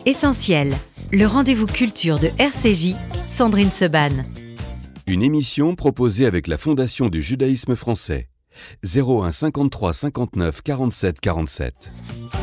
Essentiel, le rendez-vous culture de RCJ, Sandrine Seban. Une émission proposée avec la Fondation du judaïsme français. 01 53 59 47 47.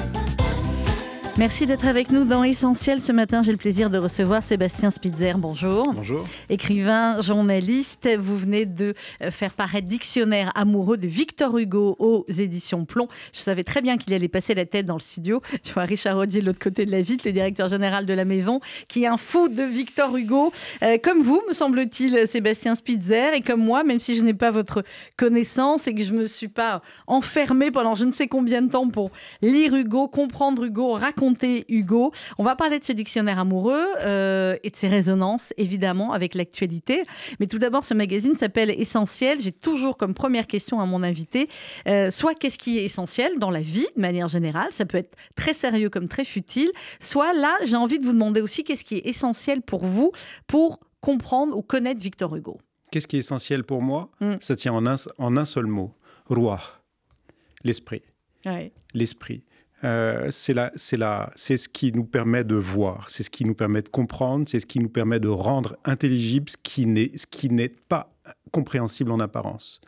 Merci d'être avec nous dans Essentiel. Ce matin, j'ai le plaisir de recevoir Sébastien Spitzer. Bonjour. Bonjour. Écrivain, journaliste. Vous venez de faire paraître Dictionnaire amoureux de Victor Hugo aux éditions Plomb. Je savais très bien qu'il allait passer la tête dans le studio. Je vois Richard Audier de l'autre côté de la vitre, le directeur général de la Maison, qui est un fou de Victor Hugo. Comme vous, me semble-t-il, Sébastien Spitzer, et comme moi, même si je n'ai pas votre connaissance et que je ne me suis pas enfermée pendant je ne sais combien de temps pour lire Hugo, comprendre Hugo, raconter Hugo. On va parler de ce dictionnaire amoureux et de ses résonances, évidemment, avec l'actualité. Mais tout d'abord, ce magazine s'appelle Essentiel. J'ai toujours comme première question à mon invité, soit qu'est-ce qui est essentiel dans la vie, de manière générale, ça peut être très sérieux comme très futile, soit là, j'ai envie de vous demander aussi qu'est-ce qui est essentiel pour vous pour comprendre ou connaître Victor Hugo. Qu'est-ce qui est essentiel pour moi ? Ça tient en un seul mot. Roi. L'esprit. Ouais. L'esprit. C'est ce qui nous permet de voir, c'est ce qui nous permet de comprendre, c'est ce qui nous permet de rendre intelligible ce qui n'est pas compréhensible en apparence.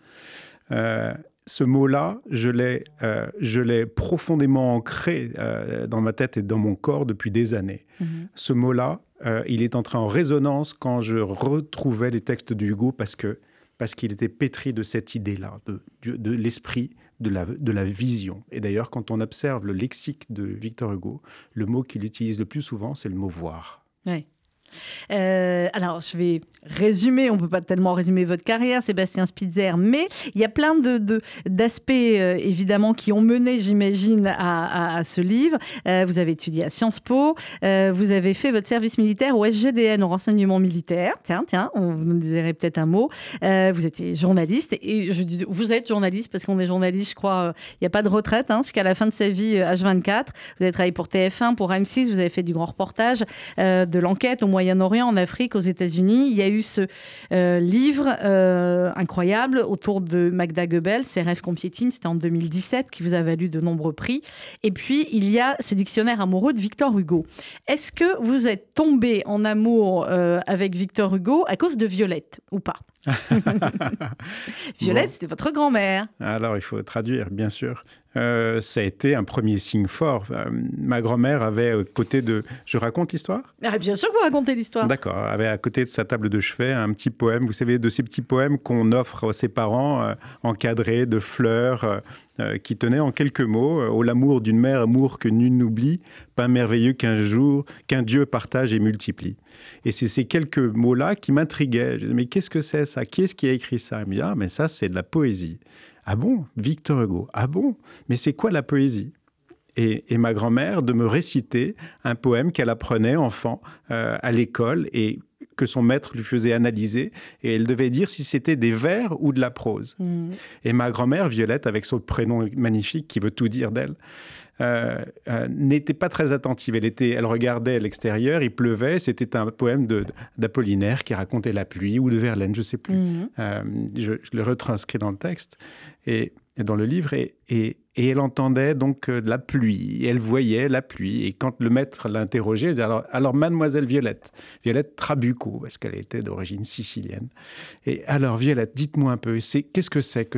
Ce mot-là, je l'ai profondément ancré dans ma tête et dans mon corps depuis des années. Ce mot-là, il est entré en résonance quand je retrouvais les textes d'Hugo parce qu'il était pétri de cette idée-là, de l'esprit, de la vision. Et d'ailleurs, quand on observe le lexique de Victor Hugo, le mot qu'il utilise le plus souvent, c'est le mot « voir ». Oui. Alors, je vais résumer, on ne peut pas tellement résumer votre carrière, Sébastien Spitzer, mais il y a plein d'aspects, évidemment, qui ont mené, j'imagine, à ce livre. Vous avez étudié à Sciences Po, vous avez fait votre service militaire au SGDN, au renseignement militaire. Tiens, on vous direz peut-être un mot. Vous étiez journaliste, et je dis, vous êtes journaliste, parce qu'on est journaliste, je crois, il n'y a pas de retraite, jusqu'à la fin de sa vie, H24. Vous avez travaillé pour TF1, pour M6, vous avez fait du grand reportage, de l'enquête au Moyen-Orient, en Afrique, aux États-Unis. Il y a eu ce livre incroyable autour de Magda Goebbels, Ses rêves qu'on piétine, c'était en 2017, qui vous a valu de nombreux prix. Et puis, il y a ce dictionnaire amoureux de Victor Hugo. Est-ce que vous êtes tombé en amour avec Victor Hugo à cause de Violette, ou pas ? Violette, c'était votre grand-mère. Alors, il faut traduire, bien sûr. Ça a été un premier signe fort. Ma grand-mère avait à côté de... Je raconte l'histoire ? Bien sûr que vous racontez l'histoire. D'accord. Avait à côté de sa table de chevet un petit poème. Vous savez, de ces petits poèmes qu'on offre à ses parents, encadrés de fleurs, qui tenaient en quelques mots « Ô l'amour d'une mère, amour que nul n'oublie, pas merveilleux qu'un Dieu partage et multiplie ». Et c'est ces quelques mots-là qui m'intriguaient. Je disais, mais qu'est-ce que c'est ça ? Qui est-ce qui a écrit ça ? Il me dit, mais ça, c'est de la poésie. Ah bon ? Victor Hugo. Ah bon ? Mais c'est quoi la poésie ? Et ma grand-mère de me réciter un poème qu'elle apprenait enfant à l'école et que son maître lui faisait analyser. Et elle devait dire si c'était des vers ou de la prose. Et ma grand-mère, Violette, avec son prénom magnifique qui veut tout dire d'elle, n'était pas très attentive. Elle regardait l'extérieur, il pleuvait, c'était un poème d'Apollinaire qui racontait la pluie, ou de Verlaine, je ne sais plus. Je le retranscris dans le texte et dans le livre, et elle entendait donc la pluie, et elle voyait la pluie, et quand le maître l'interrogeait, elle disait alors mademoiselle Violette Trabucco, parce qu'elle était d'origine sicilienne, et alors Violette, dites-moi un peu, qu'est-ce que c'est que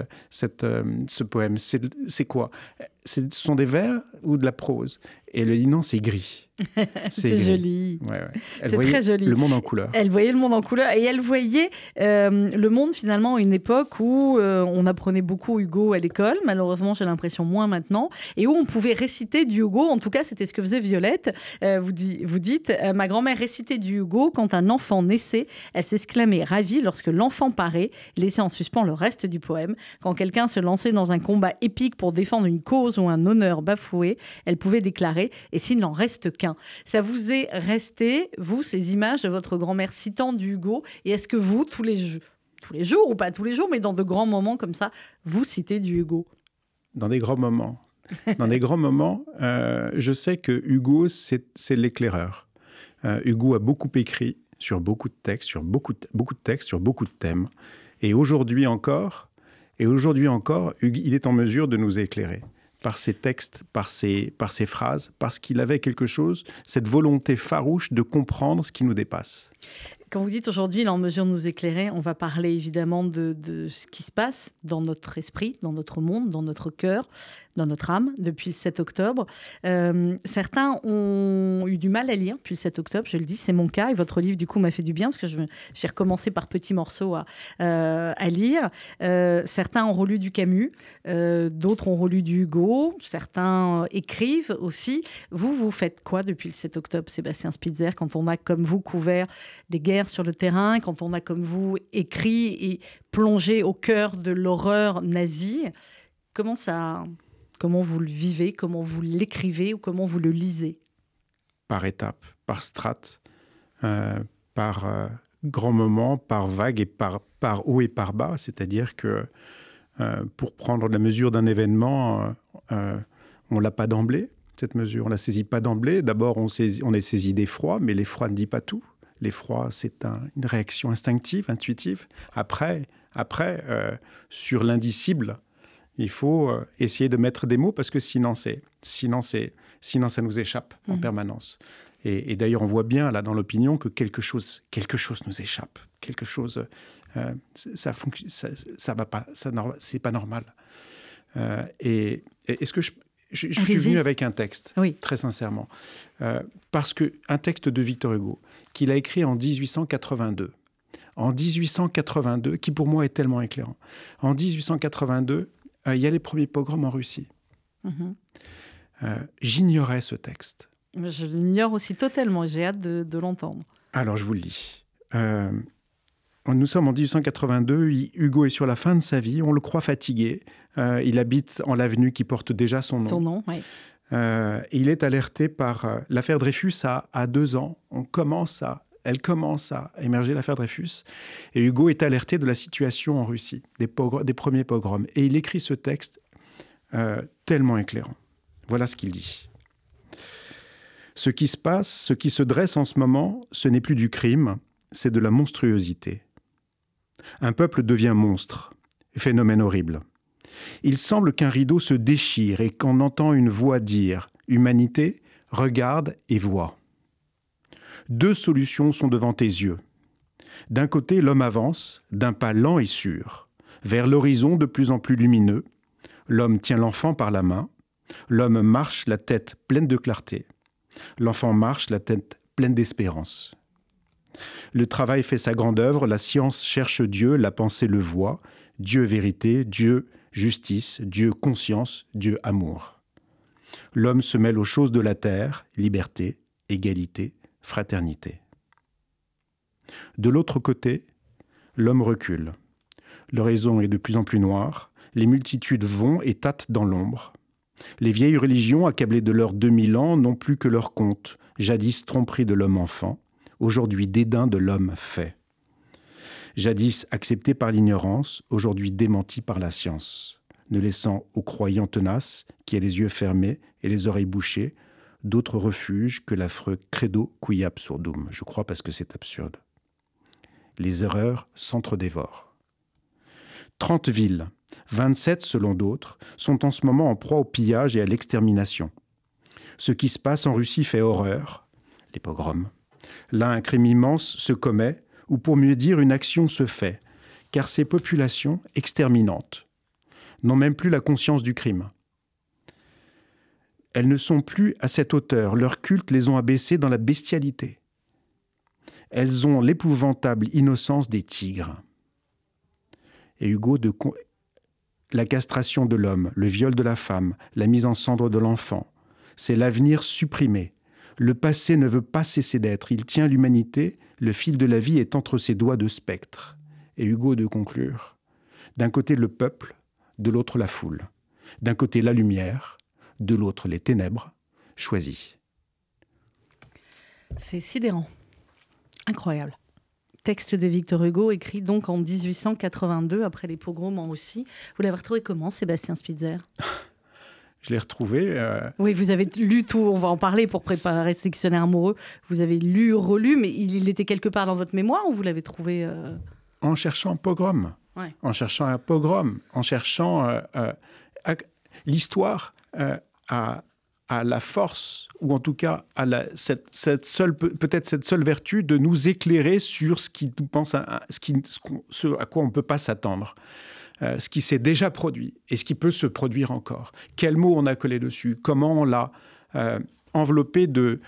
ce poème, c'est quoi ? Ce sont des vers ou de la prose ? Et elle dit non, c'est gris. C'est joli. Ouais. C'est très joli. Le monde en couleur. Elle voyait le monde en couleur et elle voyait le monde finalement à une époque où on apprenait beaucoup Hugo à l'école, malheureusement j'ai l'impression moins maintenant, et où on pouvait réciter du Hugo, en tout cas c'était ce que faisait Violette. Vous dites, ma grand-mère récitait du Hugo quand un enfant naissait, elle s'exclamait ravie lorsque l'enfant paraît, laissait en suspens le reste du poème. Quand quelqu'un se lançait dans un combat épique pour défendre une cause ou un honneur bafoué, elle pouvait déclarer « et s'il n'en reste qu'un ». Ça vous est resté, vous, ces images de votre grand-mère citant du Hugo, et est-ce que vous, tous les jours, ou pas tous les jours, mais dans de grands moments comme ça, vous citez du Hugo ? Dans des grands moments. Je sais que Hugo, c'est l'éclaireur. Hugo a beaucoup écrit sur beaucoup de textes, sur beaucoup de textes, sur beaucoup de thèmes. Et aujourd'hui encore, il est en mesure de nous éclairer. par ses textes, par ses phrases, parce qu'il avait quelque chose, cette volonté farouche de comprendre ce qui nous dépasse. Quand vous dites aujourd'hui, il est en mesure de nous éclairer, on va parler évidemment de ce qui se passe dans notre esprit, dans notre monde, dans notre cœur, dans notre âme, depuis le 7 octobre. Certains ont eu du mal à lire depuis le 7 octobre, je le dis, c'est mon cas. Et votre livre, du coup, m'a fait du bien parce que j'ai recommencé par petits morceaux à lire. Certains ont relu du Camus, d'autres ont relu du Hugo, certains écrivent aussi. Vous faites quoi depuis le 7 octobre, Sébastien Spitzer, quand on a, comme vous, couvert des guerres sur le terrain, quand on a, comme vous, écrit et plongé au cœur de l'horreur nazie? Comment vous le vivez, comment vous l'écrivez ou comment vous le lisez? Par étapes, par strates, par grands moments, par vagues et par haut et par bas. C'est-à-dire que pour prendre la mesure d'un événement, on ne l'a pas d'emblée, cette mesure. On ne la saisit pas d'emblée. D'abord, on est saisi d'effroi, mais l'effroi ne dit pas tout. L'effroi, c'est une réaction instinctive, intuitive. Après, sur l'indicible, il faut essayer de mettre des mots parce que sinon ça nous échappe en permanence. Et d'ailleurs, on voit bien là dans l'opinion que quelque chose nous échappe. Quelque chose, ça va pas, c'est pas normal. Et est-ce que je suis venu avec un texte, oui. Très sincèrement, parce qu'un texte de Victor Hugo qu'il a écrit en 1882. En 1882, qui pour moi est tellement éclairant. En 1882, il y a les premiers pogroms en Russie. J'ignorais ce texte. Je l'ignore aussi totalement, j'ai hâte de l'entendre. Alors, je vous le lis. Nous sommes en 1882, Hugo est sur la fin de sa vie, on le croit fatigué. Il habite en l'avenue qui porte déjà son nom. Son nom, oui. Il est alerté par l'affaire Dreyfus à 2 ans. Elle commence à émerger, l'affaire Dreyfus. Et Hugo est alerté de la situation en Russie, des premiers pogroms. Et il écrit ce texte tellement éclairant. Voilà ce qu'il dit. Ce qui se passe, ce qui se dresse en ce moment, ce n'est plus du crime, c'est de la monstruosité. Un peuple devient monstre, phénomène horrible. Il semble qu'un rideau se déchire et qu'on entend une voix dire « Humanité, regarde et vois ». 2 solutions sont devant tes yeux. D'un côté, l'homme avance, d'un pas lent et sûr, vers l'horizon de plus en plus lumineux. L'homme tient l'enfant par la main. L'homme marche, la tête pleine de clarté. L'enfant marche, la tête pleine d'espérance. Le travail fait sa grande œuvre, la science cherche Dieu, la pensée le voit. Dieu vérité, Dieu justice, Dieu conscience, Dieu amour. L'homme se mêle aux choses de la terre, liberté, égalité, fraternité. De l'autre côté, l'homme recule. L'horizon est de plus en plus noir, les multitudes vont et tâtent dans l'ombre. Les vieilles religions, accablées de leurs 2000 ans, n'ont plus que leur compte, jadis tromperie de l'homme enfant, aujourd'hui dédain de l'homme fait. Jadis accepté par l'ignorance, aujourd'hui démenti par la science, ne laissant aux croyants tenaces, qui a les yeux fermés et les oreilles bouchées, d'autres refuges que l'affreux credo qui absurdum. Je crois parce que c'est absurde. Les erreurs s'entre-dévorent. 30 villes, 27 selon d'autres, sont en ce moment en proie au pillage et à l'extermination. Ce qui se passe en Russie fait horreur, les pogroms. Là, un crime immense se commet, ou pour mieux dire, une action se fait, car ces populations exterminantes n'ont même plus la conscience du crime. Elles ne sont plus à cette hauteur, leurs cultes les ont abaissées dans la bestialité. Elles ont l'épouvantable innocence des tigres. Et Hugo, la castration de l'homme, le viol de la femme, la mise en cendre de l'enfant, c'est l'avenir supprimé. Le passé ne veut pas cesser d'être, il tient l'humanité, le fil de la vie est entre ses doigts de spectre. Et Hugo de conclure, d'un côté le peuple, de l'autre la foule, d'un côté la lumière, de l'autre les ténèbres, choisis. C'est sidérant, incroyable. Texte de Victor Hugo, écrit donc en 1882, après les pogroms en Russie. Vous l'avez retrouvé comment, Sébastien Spitzer ? Je l'ai retrouvé... Oui, vous avez lu tout, on va en parler pour préparer ce dictionnaire amoureux. Vous avez lu, relu, mais il était quelque part dans votre mémoire ou vous l'avez trouvé En cherchant un pogrom. Ouais. En cherchant un pogrom, en cherchant l'histoire à la force, ou en tout cas à cette seule vertu de nous éclairer sur ce à quoi on ne peut pas s'attendre, ce qui s'est déjà produit et ce qui peut se produire encore. Quels mots on a collé dessus, comment on l'a enveloppé de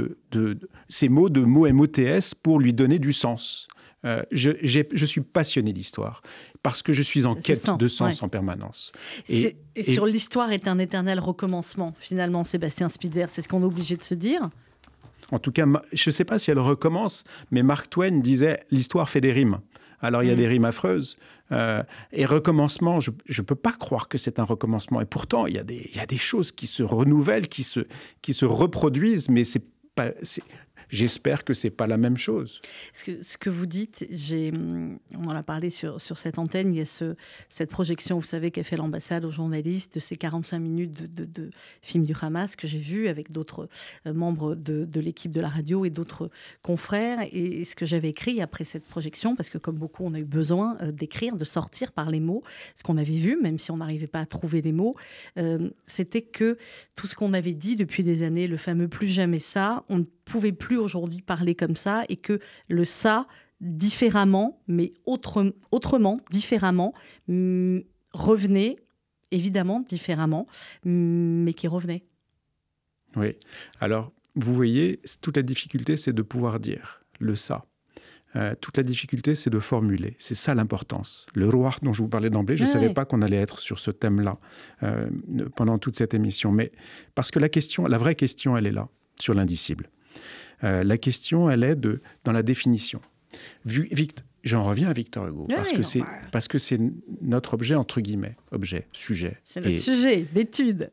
ces mots, de mots MOTS pour lui donner du sens. Je suis passionné d'histoire parce que je suis en quête de sens en permanence. Et sur l'histoire est un éternel recommencement, finalement, Sébastien Spitzer, c'est ce qu'on est obligé de se dire. En tout cas, je ne sais pas si elle recommence, mais Mark Twain disait « l'histoire fait des rimes ». Alors, il y a des rimes affreuses. Et recommencement, je ne peux pas croire que c'est un recommencement. Et pourtant, il y a des choses qui se renouvellent, qui se reproduisent, mais j'espère que ce n'est pas la même chose. Ce que vous dites, on en a parlé sur cette antenne, il y a cette projection, vous savez, qu'a fait l'ambassade aux journalistes de ces 45 minutes de film du Hamas que j'ai vu avec d'autres membres de l'équipe de la radio et d'autres confrères. Et ce que j'avais écrit après cette projection, parce que comme beaucoup, on a eu besoin d'écrire, de sortir par les mots, ce qu'on avait vu, même si on n'arrivait pas à trouver les mots, c'était que tout ce qu'on avait dit depuis des années, le fameux « plus jamais ça », on ne pouvait plus aujourd'hui parler comme ça, et que le ça, différemment, mais autrement, différemment, revenait, évidemment différemment, mais qui revenait. Oui. Alors, vous voyez, toute la difficulté, c'est de pouvoir dire le ça. Toute la difficulté, c'est de formuler. C'est ça l'importance. Le roi dont je vous parlais d'emblée, je ne savais pas qu'on allait être sur ce thème-là pendant toute cette émission. Mais parce que la vraie question, elle est là, sur l'indicible. La question, elle est dans la définition. J'en reviens à Victor Hugo, parce que c'est notre objet, entre guillemets, sujet. C'est notre sujet d'étude.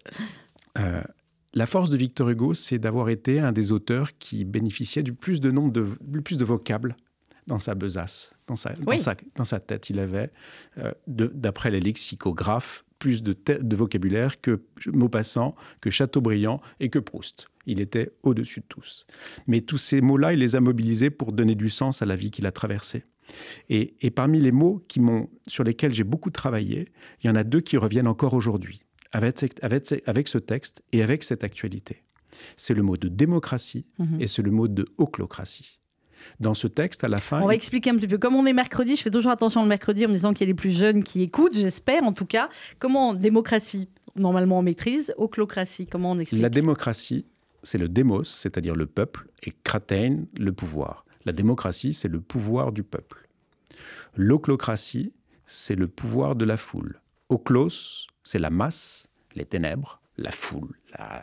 La force de Victor Hugo, c'est d'avoir été un des auteurs qui bénéficiait du plus de vocables dans sa besace, dans sa tête. Il avait, d'après les lexicographes, plus de vocabulaire que Maupassant, que Chateaubriand et que Proust. Il était au-dessus de tous. Mais tous ces mots-là, il les a mobilisés pour donner du sens à la vie qu'il a traversée. Et parmi les mots sur lesquels j'ai beaucoup travaillé, il y en a 2 qui reviennent encore aujourd'hui, avec ce texte et avec cette actualité. C'est le mot de démocratie et c'est le mot de oclocratie. Dans ce texte, à la fin... On va expliquer un petit peu. Comme on est mercredi, je fais toujours attention le mercredi en me disant qu'il y a les plus jeunes qui écoutent, j'espère en tout cas. Comment démocratie, normalement on maîtrise, oclocratie, comment on explique ? La démocratie, c'est le démos, c'est-à-dire le peuple, et kratein, le pouvoir. La démocratie, c'est le pouvoir du peuple. L'oclocratie, c'est le pouvoir de la foule. Oklos, c'est la masse, les ténèbres, la foule,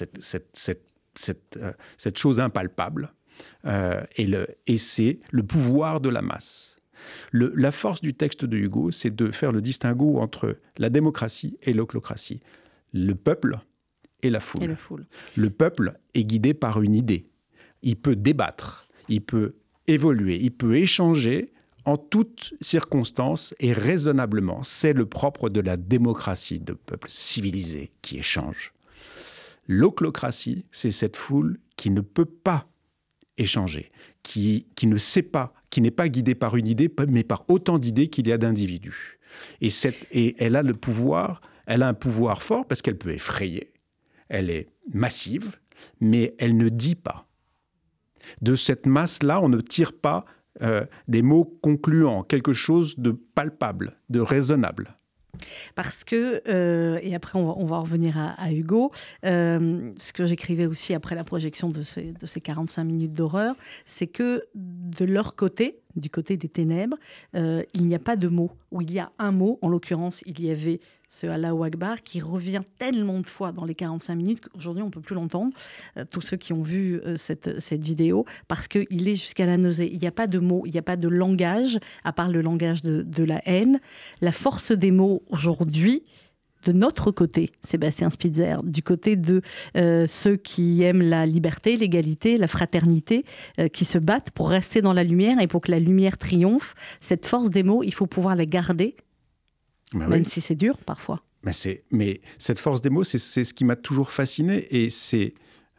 cette chose impalpable. Et c'est le pouvoir de la masse. La force du texte de Hugo, c'est de faire le distinguo entre la démocratie et l'oclocratie. Le peuple et la foule. Le peuple est guidé par une idée. Il peut débattre, il peut évoluer, il peut échanger en toutes circonstances et raisonnablement. C'est le propre de la démocratie, de peuple civilisé qui échange. L'oclocratie, c'est cette foule qui ne peut pas échanger, qui ne sait pas, qui n'est pas guidée par une idée, mais par autant d'idées qu'il y a d'individus. Et elle a le pouvoir, elle a un pouvoir fort parce qu'elle peut effrayer, elle est massive, mais elle ne dit pas. De cette masse-là, on ne tire pas des mots concluants, quelque chose de palpable, de raisonnable. Parce que, et après on va revenir à Hugo, ce que j'écrivais aussi après la projection de ces 45 minutes d'horreur, c'est que de leur côté, du côté des ténèbres, il n'y a pas de mot, ou il y a un mot, en l'occurrence il y avait ce Allahu Akbar qui revient tellement de fois dans les 45 minutes qu'aujourd'hui on ne peut plus l'entendre, tous ceux qui ont vu cette vidéo, parce qu'il est jusqu'à la nausée. Il n'y a pas de mots, il n'y a pas de langage, à part le langage de la haine. La force des mots aujourd'hui, de notre côté, Sébastien Spitzer, du côté de ceux qui aiment la liberté, l'égalité, la fraternité, qui se battent pour rester dans la lumière et pour que la lumière triomphe, cette force des mots, il faut pouvoir la garder. Même si c'est dur, parfois. Mais cette force des mots, c'est ce qui m'a toujours fasciné. Et c'est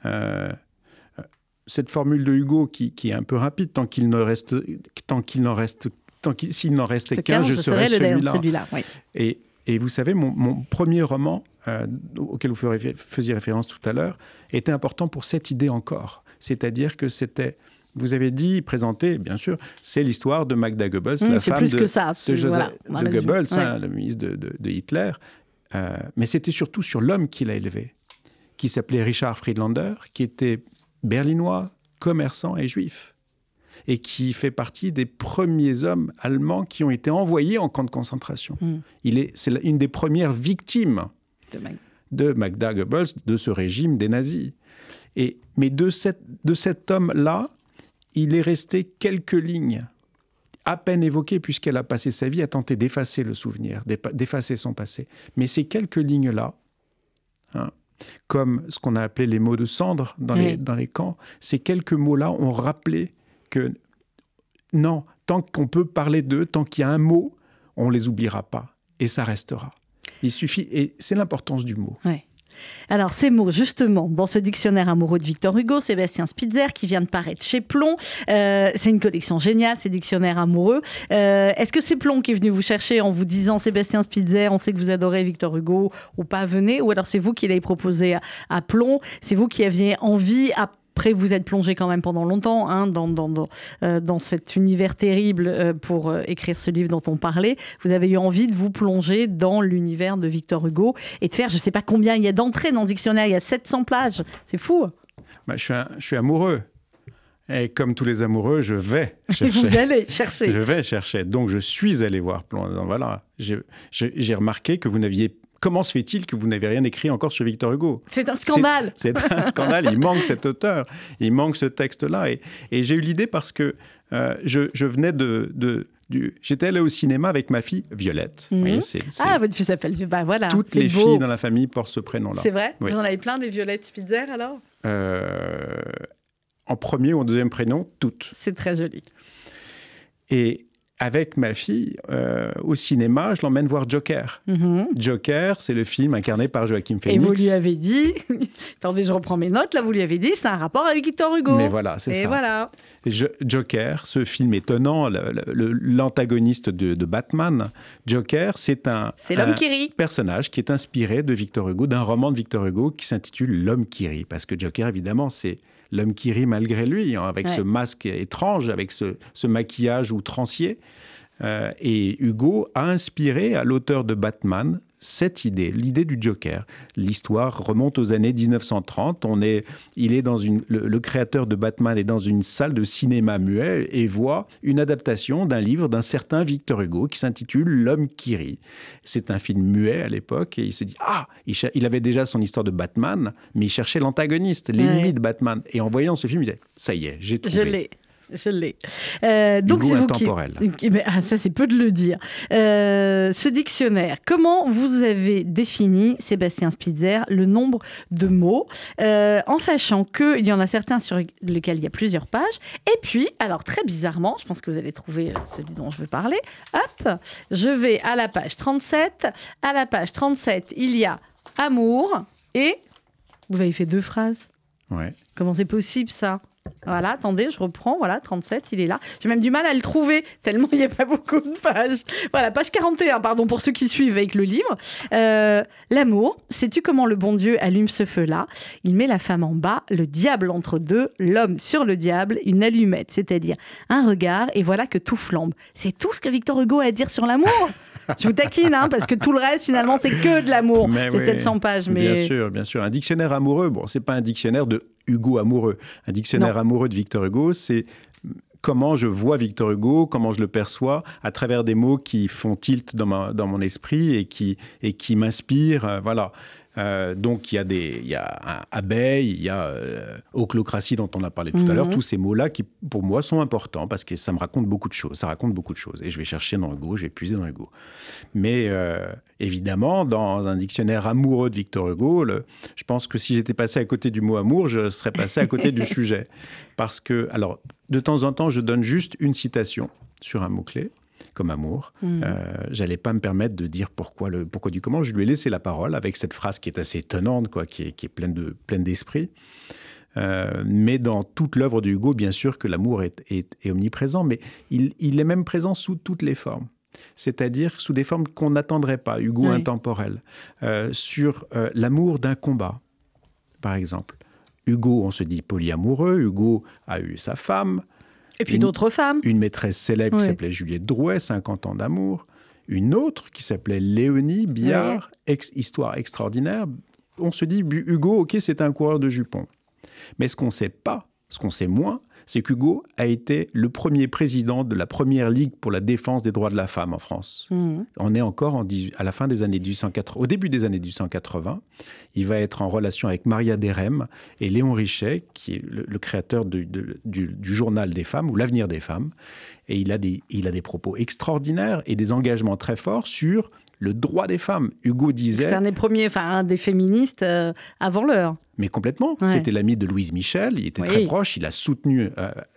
cette formule de Hugo qui est un peu rapide. S'il n'en restait qu'un, je serais celui-là. Oui. Et Et vous savez, mon premier roman, auquel vous faisiez référence tout à l'heure, était important pour cette idée encore. C'est-à-dire que c'était... Vous avez dit, présenté, bien sûr, c'est l'histoire de Magda Goebbels, la femme de Goebbels, le ministre de Hitler. Mais c'était surtout sur l'homme qu'il a élevé, qui s'appelait Richard Friedlander, qui était berlinois, commerçant et juif, et qui fait partie des premiers hommes allemands qui ont été envoyés en camp de concentration. C'est une des premières victimes de Magda Goebbels, de ce régime des nazis. Mais de cet homme-là, il est resté quelques lignes, à peine évoquées, puisqu'elle a passé sa vie à tenter d'effacer le souvenir, d'effacer son passé. Mais ces quelques lignes-là, comme ce qu'on a appelé les mots de cendre dans les camps, ces quelques mots-là ont rappelé que non, tant qu'on peut parler d'eux, tant qu'il y a un mot, on ne les oubliera pas. Et ça restera. Il suffit, et c'est l'importance du mot. Ouais. Alors, ces mots, justement, dans ce dictionnaire amoureux de Victor Hugo, Sébastien Spitzer, qui vient de paraître chez Plon. C'est une collection géniale, ces dictionnaires amoureux. Est-ce que c'est Plon qui est venu vous chercher en vous disant « Sébastien Spitzer, on sait que vous adorez Victor Hugo, ou pas, venez », ou alors c'est vous qui l'avez proposé à Plon, c'est vous qui aviez envie, après, vous êtes plongé quand même pendant longtemps dans cet univers terrible pour écrire ce livre dont on parlait. Vous avez eu envie de vous plonger dans l'univers de Victor Hugo et de faire, je ne sais pas combien il y a d'entrées dans le dictionnaire, il y a 700 pages. C'est fou. Je suis amoureux. Et comme tous les amoureux, je vais chercher. Vous allez chercher. Je vais chercher. Donc, je suis allé voir Plon. Voilà. J'ai remarqué que vous n'aviez... Comment se fait-il que vous n'avez rien écrit encore sur Victor Hugo ? C'est un scandale. C'est un scandale. Il manque cet auteur. Il manque ce texte-là. Et j'ai eu l'idée parce que je venais j'étais allé au cinéma avec ma fille Violette. Vous voyez, votre fille s'appelle... voilà, toutes les filles dans la famille portent ce prénom-là. C'est vrai ? Oui. Vous en avez plein des Violettes Spitzer, alors ? En premier ou en deuxième prénom, toutes. C'est très joli. Et... avec ma fille, au cinéma, je l'emmène voir Joker. Joker, c'est le film incarné par Joaquin Phoenix. Et vous lui avez dit... Attendez, je reprends mes notes. Là, vous lui avez dit, c'est un rapport avec Victor Hugo. Mais voilà, c'est ça. Et voilà. Joker, ce film étonnant, l'antagoniste de Batman. Joker, c'est l'homme qui rit. Personnage qui est inspiré de Victor Hugo, d'un roman de Victor Hugo qui s'intitule L'homme qui rit. Parce que Joker, évidemment, c'est... l'homme qui rit malgré lui, avec ce masque étrange, avec ce maquillage outrancier. Et Hugo a inspiré à l'auteur de Batman cette idée, l'idée du Joker. L'histoire remonte aux années 1930. Le créateur de Batman est dans une salle de cinéma muet et voit une adaptation d'un livre d'un certain Victor Hugo qui s'intitule L'homme qui rit. C'est un film muet à l'époque et il se dit il avait déjà son histoire de Batman, mais il cherchait l'antagoniste, l'ennemi de Batman. Et en voyant ce film, il disait ça y est, j'ai trouvé. Je l'ai. Donc c'est vous qui... ça, c'est peu de le dire. Ce dictionnaire, comment vous avez défini, Sébastien Spitzer, le nombre de mots, en sachant qu'il y en a certains sur lesquels il y a plusieurs pages. Et puis, alors très bizarrement, je pense que vous allez trouver celui dont je veux parler. Hop, je vais à la page 37. À la page 37, il y a amour et... Vous avez fait 2 phrases. Ouais. Comment c'est possible, ça ? Voilà, attendez, je reprends, voilà, 37, il est là. J'ai même du mal à le trouver, tellement il n'y a pas beaucoup de pages. Voilà, page 41, pardon, pour ceux qui suivent avec le livre. L'amour, sais-tu comment le bon Dieu allume ce feu-là ? Il met la femme en bas, le diable entre deux, l'homme sur le diable, une allumette, c'est-à-dire un regard, et voilà que tout flambe. C'est tout ce que Victor Hugo a à dire sur l'amour ? Je vous taquine, parce que tout le reste, finalement, c'est que de l'amour, les 700 pages. Mais... Bien sûr. Un dictionnaire amoureux, c'est pas un dictionnaire de Hugo amoureux. Un dictionnaire amoureux de Victor Hugo, c'est comment je vois Victor Hugo, comment je le perçois, à travers des mots qui font tilt dans mon esprit et qui m'inspirent. Voilà. Donc, il y a abeille, il y a ochlocratie dont on a parlé tout à l'heure. Tous ces mots-là qui, pour moi, sont importants parce que ça me raconte beaucoup de choses. Ça raconte beaucoup de choses. Et je vais chercher dans Hugo, je vais puiser dans Hugo. Mais évidemment, dans un dictionnaire amoureux de Victor Hugo, je pense que si j'étais passé à côté du mot amour, je serais passé à côté du sujet. Parce que, alors, de temps en temps, je donne juste une citation sur un mot-clé. Comme amour. J'allais pas me permettre de dire pourquoi du comment. Je lui ai laissé la parole avec cette phrase qui est assez étonnante, qui est pleine d'esprit. Mais dans toute l'œuvre de Hugo, bien sûr que l'amour est omniprésent, mais il est même présent sous toutes les formes. c'est-à-dire sous des formes qu'on n'attendrait pas, Hugo intemporel, sur l'amour d'un combat, par exemple. Hugo, on se dit polyamoureux, Hugo a eu sa femme. Et puis d'autres femmes. Une maîtresse célèbre qui s'appelait Juliette Drouet, 50 ans d'amour. Une autre qui s'appelait Léonie Biard, histoire extraordinaire. On se dit, Hugo, ok, c'est un coureur de jupons. Mais ce qu'on ne sait pas, ce qu'on sait moins, c'est qu'Hugo a été le premier président de la première ligue pour la défense des droits de la femme en France. On est encore à la fin des années 1880, au début des années 1880. Il va être en relation avec Maria Derem et Léon Richet, qui est le créateur du journal des femmes, ou l'avenir des femmes. Et il a des propos extraordinaires et des engagements très forts sur le droit des femmes. Hugo disait... C'est un des féministes avant l'heure. Mais complètement. Ouais. C'était l'ami de Louise Michel. Il était très proche. Il a soutenu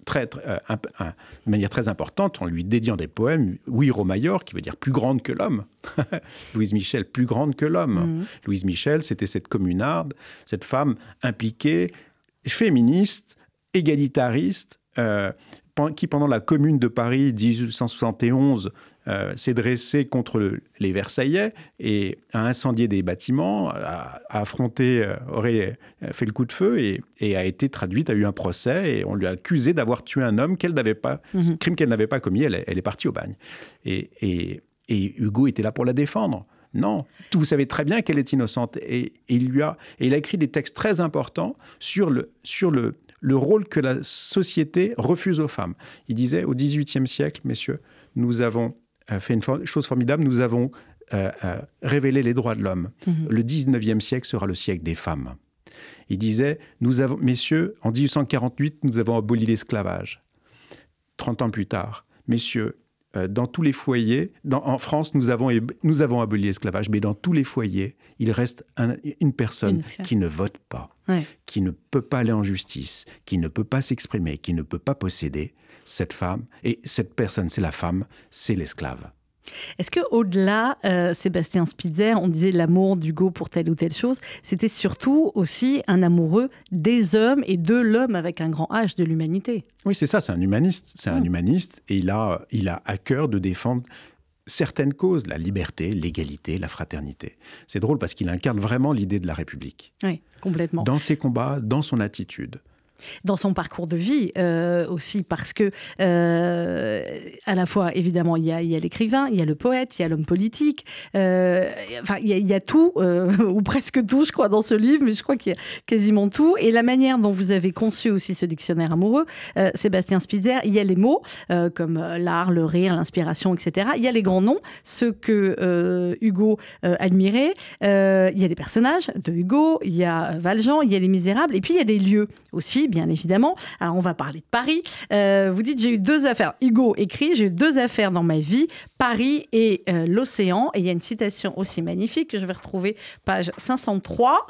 de manière très importante, en lui dédiant des poèmes. Oui, Romayor, qui veut dire plus grande que l'homme. Louise Michel, plus grande que l'homme. Louise Michel, c'était cette communarde, cette femme impliquée, féministe, égalitariste, qui, pendant la Commune de Paris 1871, s'est dressée contre les Versaillais et a incendié des bâtiments, aurait fait le coup de feu et a été traduite, a eu un procès et on lui a accusé d'avoir tué un homme crime qu'elle n'avait pas commis. Elle est partie au bagne. Et Hugo était là pour la défendre. Non, vous savez très bien qu'elle est innocente. Et il a écrit des textes très importants sur le rôle que la société refuse aux femmes. Il disait, au XVIIIe siècle, messieurs, nous avons fait une chose formidable, nous avons révélé les droits de l'homme. Le XIXe siècle sera le siècle des femmes. Il disait, messieurs, en 1848, nous avons aboli l'esclavage. 30 ans plus tard, messieurs, dans tous les foyers, en France, nous avons aboli l'esclavage, mais dans tous les foyers, il reste une personne qui ne vote pas, qui ne peut pas aller en justice, qui ne peut pas s'exprimer, qui ne peut pas posséder cette femme. Et cette personne, c'est la femme, c'est l'esclave. Est-ce qu'au-delà, Sébastien Spitzer, on disait l'amour d'Hugo pour telle ou telle chose, c'était surtout aussi un amoureux des hommes et de l'homme avec un grand H de l'humanité? Oui, c'est ça, c'est un humaniste. C'est un humaniste et il a à cœur de défendre certaines causes, la liberté, l'égalité, la fraternité. C'est drôle parce qu'il incarne vraiment l'idée de la République. Oui, complètement. Dans ses combats, dans son attitude. Dans son parcours de vie aussi, parce que à la fois, évidemment, il y a l'écrivain, il y a le poète, il y a l'homme politique, il y a tout, ou presque tout, je crois, dans ce livre, mais je crois qu'il y a quasiment tout. Et la manière dont vous avez conçu aussi ce dictionnaire amoureux, Sébastien Spitzer, il y a les mots, comme l'art, le rire, l'inspiration, etc. Il y a les grands noms, ceux que Hugo admirait. Il y a les personnages de Hugo, il y a Valjean, il y a les Misérables, et puis il y a des lieux aussi, bien évidemment. Alors, on va parler de Paris. Vous dites, j'ai eu 2 affaires. Hugo écrit, j'ai eu 2 affaires dans ma vie, Paris et l'océan. Et il y a une citation aussi magnifique que je vais retrouver, page 503,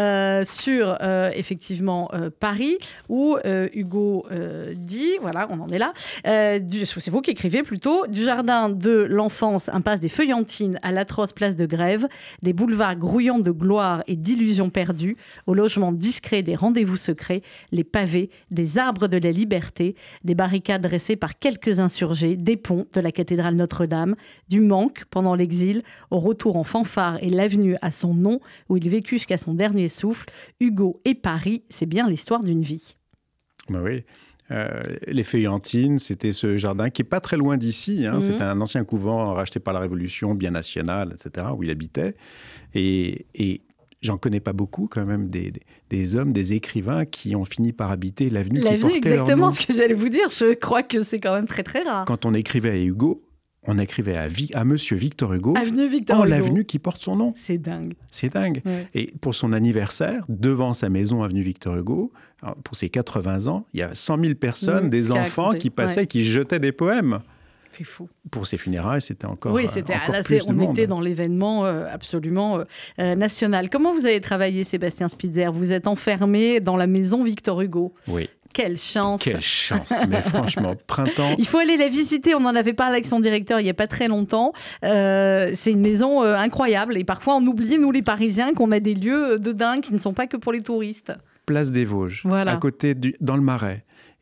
sur, effectivement, Paris, où Hugo dit, voilà, on en est là, c'est vous qui écrivez plutôt, du jardin de l'enfance, impasse des Feuillantines à l'atroce place de Grève, des boulevards grouillants de gloire et d'illusions perdues, au logement discret des rendez-vous secrets, les pavés, des arbres de la liberté, des barricades dressées par quelques insurgés, des ponts de la cathédrale Notre-Dame, du manque pendant l'exil, au retour en fanfare et l'avenue à son nom, où il vécut jusqu'à son dernier souffle. Hugo et Paris, c'est bien l'histoire d'une vie. Ben oui. Les Feuillantines, c'était ce jardin qui n'est pas très loin d'ici. C'était un ancien couvent racheté par la Révolution, bien national, etc., où il habitait. Et j'en connais pas beaucoup quand même des hommes, des écrivains qui ont fini par habiter l'avenue qui portait leur nom. Exactement ce que j'allais vous dire. Je crois que c'est quand même très très rare. Quand on écrivait à Hugo, on écrivait à Monsieur Victor Hugo, Avenue Victor Hugo. L'avenue qui porte son nom. C'est dingue. C'est dingue. Ouais. Et pour son anniversaire, devant sa maison Avenue Victor Hugo, pour ses 80 ans, il y a 100 000 personnes, des enfants qui passaient, qui jetaient des poèmes. C'est fou. Pour ses funérailles, c'était encore Oui, c'était encore là, plus de monde. On était dans l'événement absolument national. Comment vous avez travaillé, Sébastien Spitzer? Vous êtes enfermé dans la maison Victor Hugo. Oui. Quelle chance! Quelle chance! Mais franchement, printemps... Il faut aller la visiter. On en avait parlé avec son directeur il n'y a pas très longtemps. C'est une maison incroyable. Et parfois, on oublie, nous les Parisiens, qu'on a des lieux de dingue qui ne sont pas que pour les touristes. Place des Vosges, voilà. À côté dans le Marais.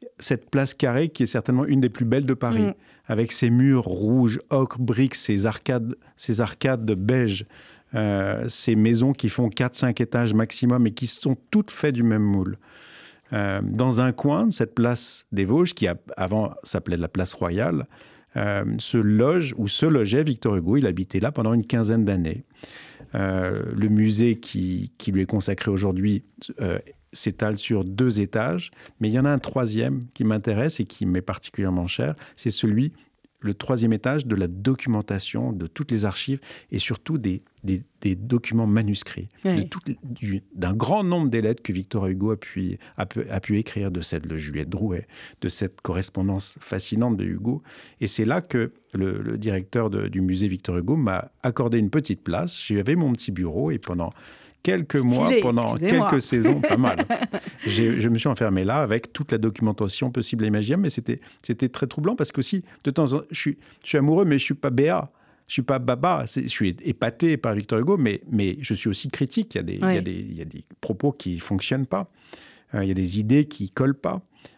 cette place carrée qui est certainement une des plus belles de Paris, avec ses murs rouges, ocre, briques, ses arcades beige, ces maisons qui font 4-5 étages maximum et qui sont toutes faites du même moule. Dans un coin de cette place des Vosges, qui avant s'appelait la place Royale, se logeait Victor Hugo. Il habitait là pendant une quinzaine d'années. Le musée qui lui est consacré aujourd'hui s'étale sur 2 étages, mais il y en a un 3e qui m'intéresse et qui m'est particulièrement cher, c'est le 3e étage de la documentation de toutes les archives et surtout des documents manuscrits, d'un grand nombre des lettres que Victor Hugo a pu écrire, de celle de Juliette Drouet, de cette correspondance fascinante de Hugo. Et c'est là que le directeur du musée Victor Hugo m'a accordé une petite place. J'avais mon petit bureau et pendant quelques mois, pendant quelques saisons, pas mal. Je me suis enfermé là avec toute la documentation possible et imaginable, mais c'était très troublant parce qu'aussi, de temps en temps, je suis amoureux, mais je ne suis pas béat. Je ne suis pas baba. Je suis épaté par Victor Hugo, mais je suis aussi critique. Il y a des propos qui ne fonctionnent pas. Il y a des idées qui ne collent pas.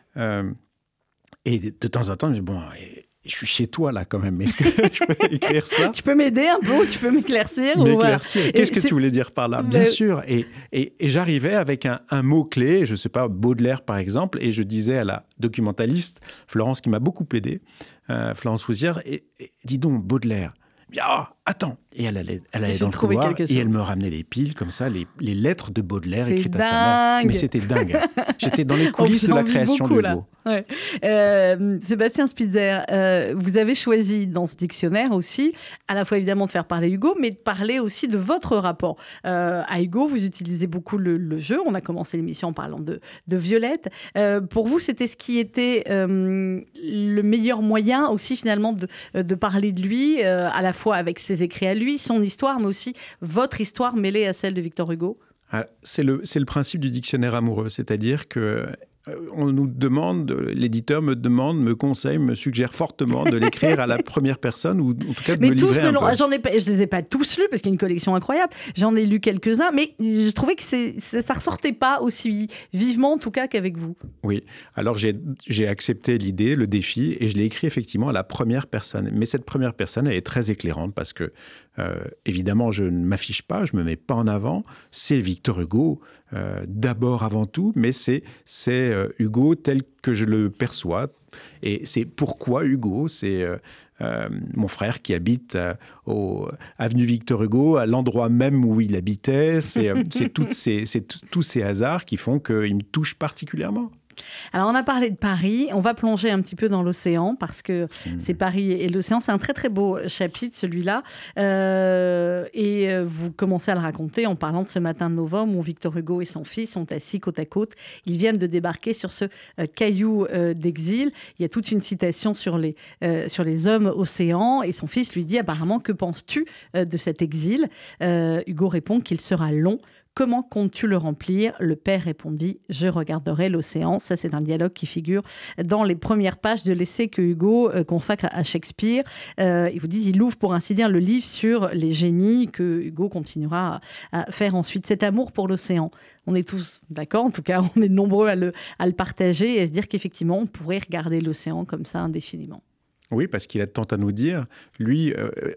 Et de temps en temps, je me dis, bon... Je suis chez toi, là, quand même. Est-ce que je peux écrire ça? Tu peux m'aider un peu ou tu peux m'éclaircir? Qu'est-ce que tu voulais dire par là? Bien sûr. Et j'arrivais avec un mot-clé, je ne sais pas, Baudelaire, par exemple, et je disais à la documentaliste, Florence, qui m'a beaucoup aidé, Florence Ouzière, dis donc, Baudelaire. Attends. Et elle allait dans le couloir et elle me ramenait des piles comme ça, les lettres de Baudelaire écrites à sa mère. Mais c'était dingue. J'étais dans les coulisses de la création de Hugo. Ouais. Sébastien Spitzer, vous avez choisi dans ce dictionnaire aussi, à la fois évidemment de faire parler Hugo, mais de parler aussi de votre rapport à Hugo. Vous utilisez beaucoup le jeu. On a commencé l'émission en parlant de Violette. Pour vous, c'était ce qui était le meilleur moyen aussi finalement de parler de lui, à la fois avec ses écrits à lui, son histoire, mais aussi votre histoire mêlée à celle de Victor Hugo. C'est le principe du dictionnaire amoureux, c'est-à-dire que on nous demande, l'éditeur me demande, me conseille, me suggère fortement de l'écrire à la première personne ou en tout cas de me livrer un peu. Je les ai pas tous lus parce qu'il y a une collection incroyable. J'en ai lu quelques-uns, mais je trouvais que ça ressortait pas aussi vivement en tout cas qu'avec vous. Oui, alors j'ai accepté l'idée, le défi, et je l'ai écrit effectivement à la première personne. Mais cette première personne, elle est très éclairante parce que évidemment, je ne m'affiche pas, je me mets pas en avant. C'est Victor Hugo, d'abord, avant tout, mais c'est Hugo tel que je le perçois. Et c'est pourquoi Hugo, c'est mon frère qui habite avenue Victor Hugo, à l'endroit même où il habitait. C'est tous ces hasards qui font qu'il me touche particulièrement. Alors, on a parlé de Paris. On va plonger un petit peu dans l'océan parce que c'est Paris et l'océan. C'est un très, très beau chapitre, celui-là. Et vous commencez à le raconter en parlant de ce matin de novembre où Victor Hugo et son fils sont assis côte à côte. Ils viennent de débarquer sur ce caillou d'exil. Il y a toute une citation sur les hommes océans. Et son fils lui dit apparemment, que penses-tu de cet exil? Hugo répond qu'il sera long. Comment comptes-tu le remplir? Le père répondit, je regarderai l'océan. Ça, c'est un dialogue qui figure dans les premières pages de l'essai que Hugo consacre à Shakespeare. Il vous dit, il ouvre pour ainsi dire le livre sur les génies que Hugo continuera à faire ensuite. Cet amour pour l'océan, on est tous d'accord, en tout cas, on est nombreux à le partager et à se dire qu'effectivement, on pourrait regarder l'océan comme ça indéfiniment. Oui, parce qu'il a tant à nous dire. Lui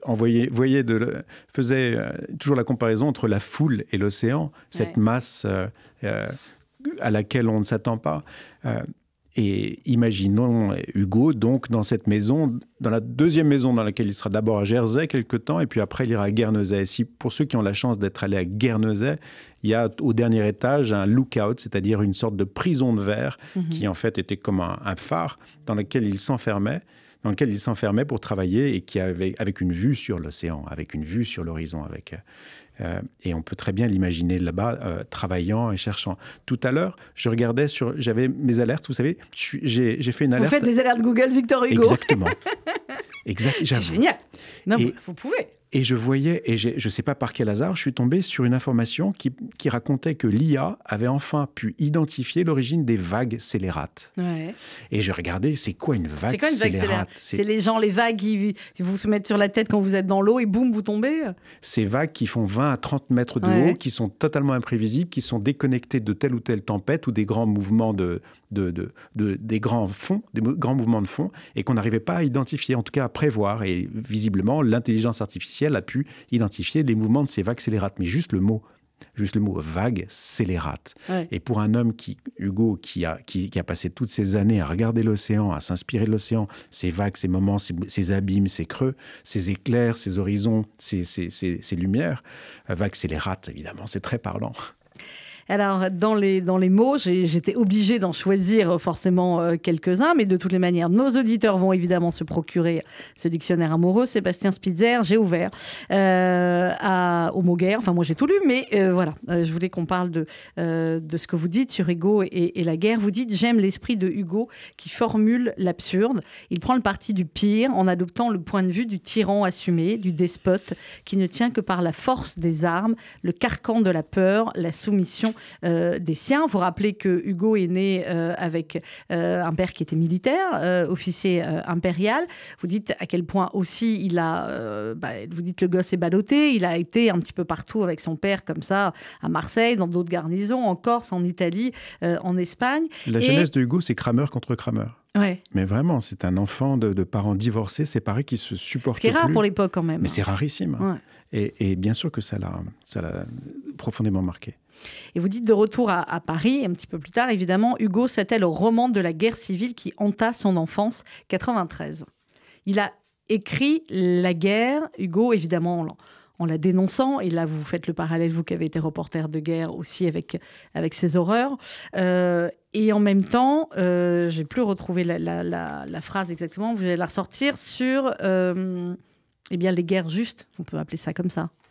faisait toujours la comparaison entre la foule et l'océan, cette masse à laquelle on ne s'attend pas. Et imaginons Hugo, donc, dans cette maison, dans la deuxième maison dans laquelle il sera d'abord à Jersey quelque temps, et puis après il ira à Guernesey. Pour ceux qui ont la chance d'être allés à Guernesey, il y a au dernier étage un lookout, c'est-à-dire une sorte de prison de verre, qui en fait était comme un phare dans lequel il s'enfermait pour travailler et qui avait avec une vue sur l'océan, avec une vue sur l'horizon. Et on peut très bien l'imaginer là-bas, travaillant et cherchant. Tout à l'heure, j'avais mes alertes, vous savez, j'ai fait une alerte... Vous faites des alertes Google Victor Hugo. Exactement. C'est génial. Non, vous pouvez. Et je voyais, et je ne sais pas par quel hasard, je suis tombé sur une information qui racontait que l'IA avait enfin pu identifier l'origine des vagues scélérates. Ouais. Et je regardais, c'est quoi une vague scélérate? C'est les vagues qui vous se mettent sur la tête quand vous êtes dans l'eau et boum, vous tombez. Ces vagues qui font 20 à 30 mètres de haut, qui sont totalement imprévisibles, qui sont déconnectées de telle ou telle tempête ou des grands mouvements de des grands fonds, des grands mouvements de fond, et qu'on n'arrivait pas à identifier, en tout cas à prévoir. Et visiblement, l'intelligence artificielle a pu identifier les mouvements de ces vagues scélérates. Mais juste le mot vague scélérate. Ouais. Et pour un homme Hugo, qui a passé toutes ces années à regarder l'océan, à s'inspirer de l'océan, ses vagues, ses moments, ses abîmes, ses creux, ses éclairs, ses horizons, ses lumières, vague scélérate, évidemment, c'est très parlant. Alors, dans les mots, j'étais obligée d'en choisir forcément quelques-uns, mais de toutes les manières, nos auditeurs vont évidemment se procurer ce dictionnaire amoureux. Sébastien Spitzer, j'ai ouvert au mot guerre. Enfin, moi, j'ai tout lu, mais voilà, je voulais qu'on parle de ce que vous dites sur Hugo et la guerre. Vous dites « J'aime l'esprit de Hugo qui formule l'absurde. Il prend le parti du pire en adoptant le point de vue du tyran assumé, du despote qui ne tient que par la force des armes, le carcan de la peur, la soumission des siens. » Vous rappelez que Hugo est né avec un père qui était militaire, officier impérial. Vous dites à quel point aussi vous dites le gosse est ballotté. Il a été un petit peu partout avec son père comme ça, à Marseille, dans d'autres garnisons, en Corse, en Italie, en Espagne. La jeunesse de Hugo, c'est Cramer contre Cramer. Ouais. Mais vraiment, c'est un enfant de parents divorcés, séparés, qui se supportent plus. Ce qui est rare pour l'époque quand même. Mais c'est rarissime. Ouais. Et bien sûr que ça l'a profondément marqué. Et vous dites de retour à Paris, un petit peu plus tard, évidemment, Hugo s'attelle au roman de la guerre civile qui hanta son enfance, 93. Il a écrit la guerre, Hugo, évidemment, en la dénonçant, et là vous faites le parallèle, vous qui avez été reporter de guerre aussi avec ces horreurs, et en même temps, j'ai plus retrouvé la phrase exactement, vous allez la ressortir sur les guerres justes, on peut appeler ça comme ça.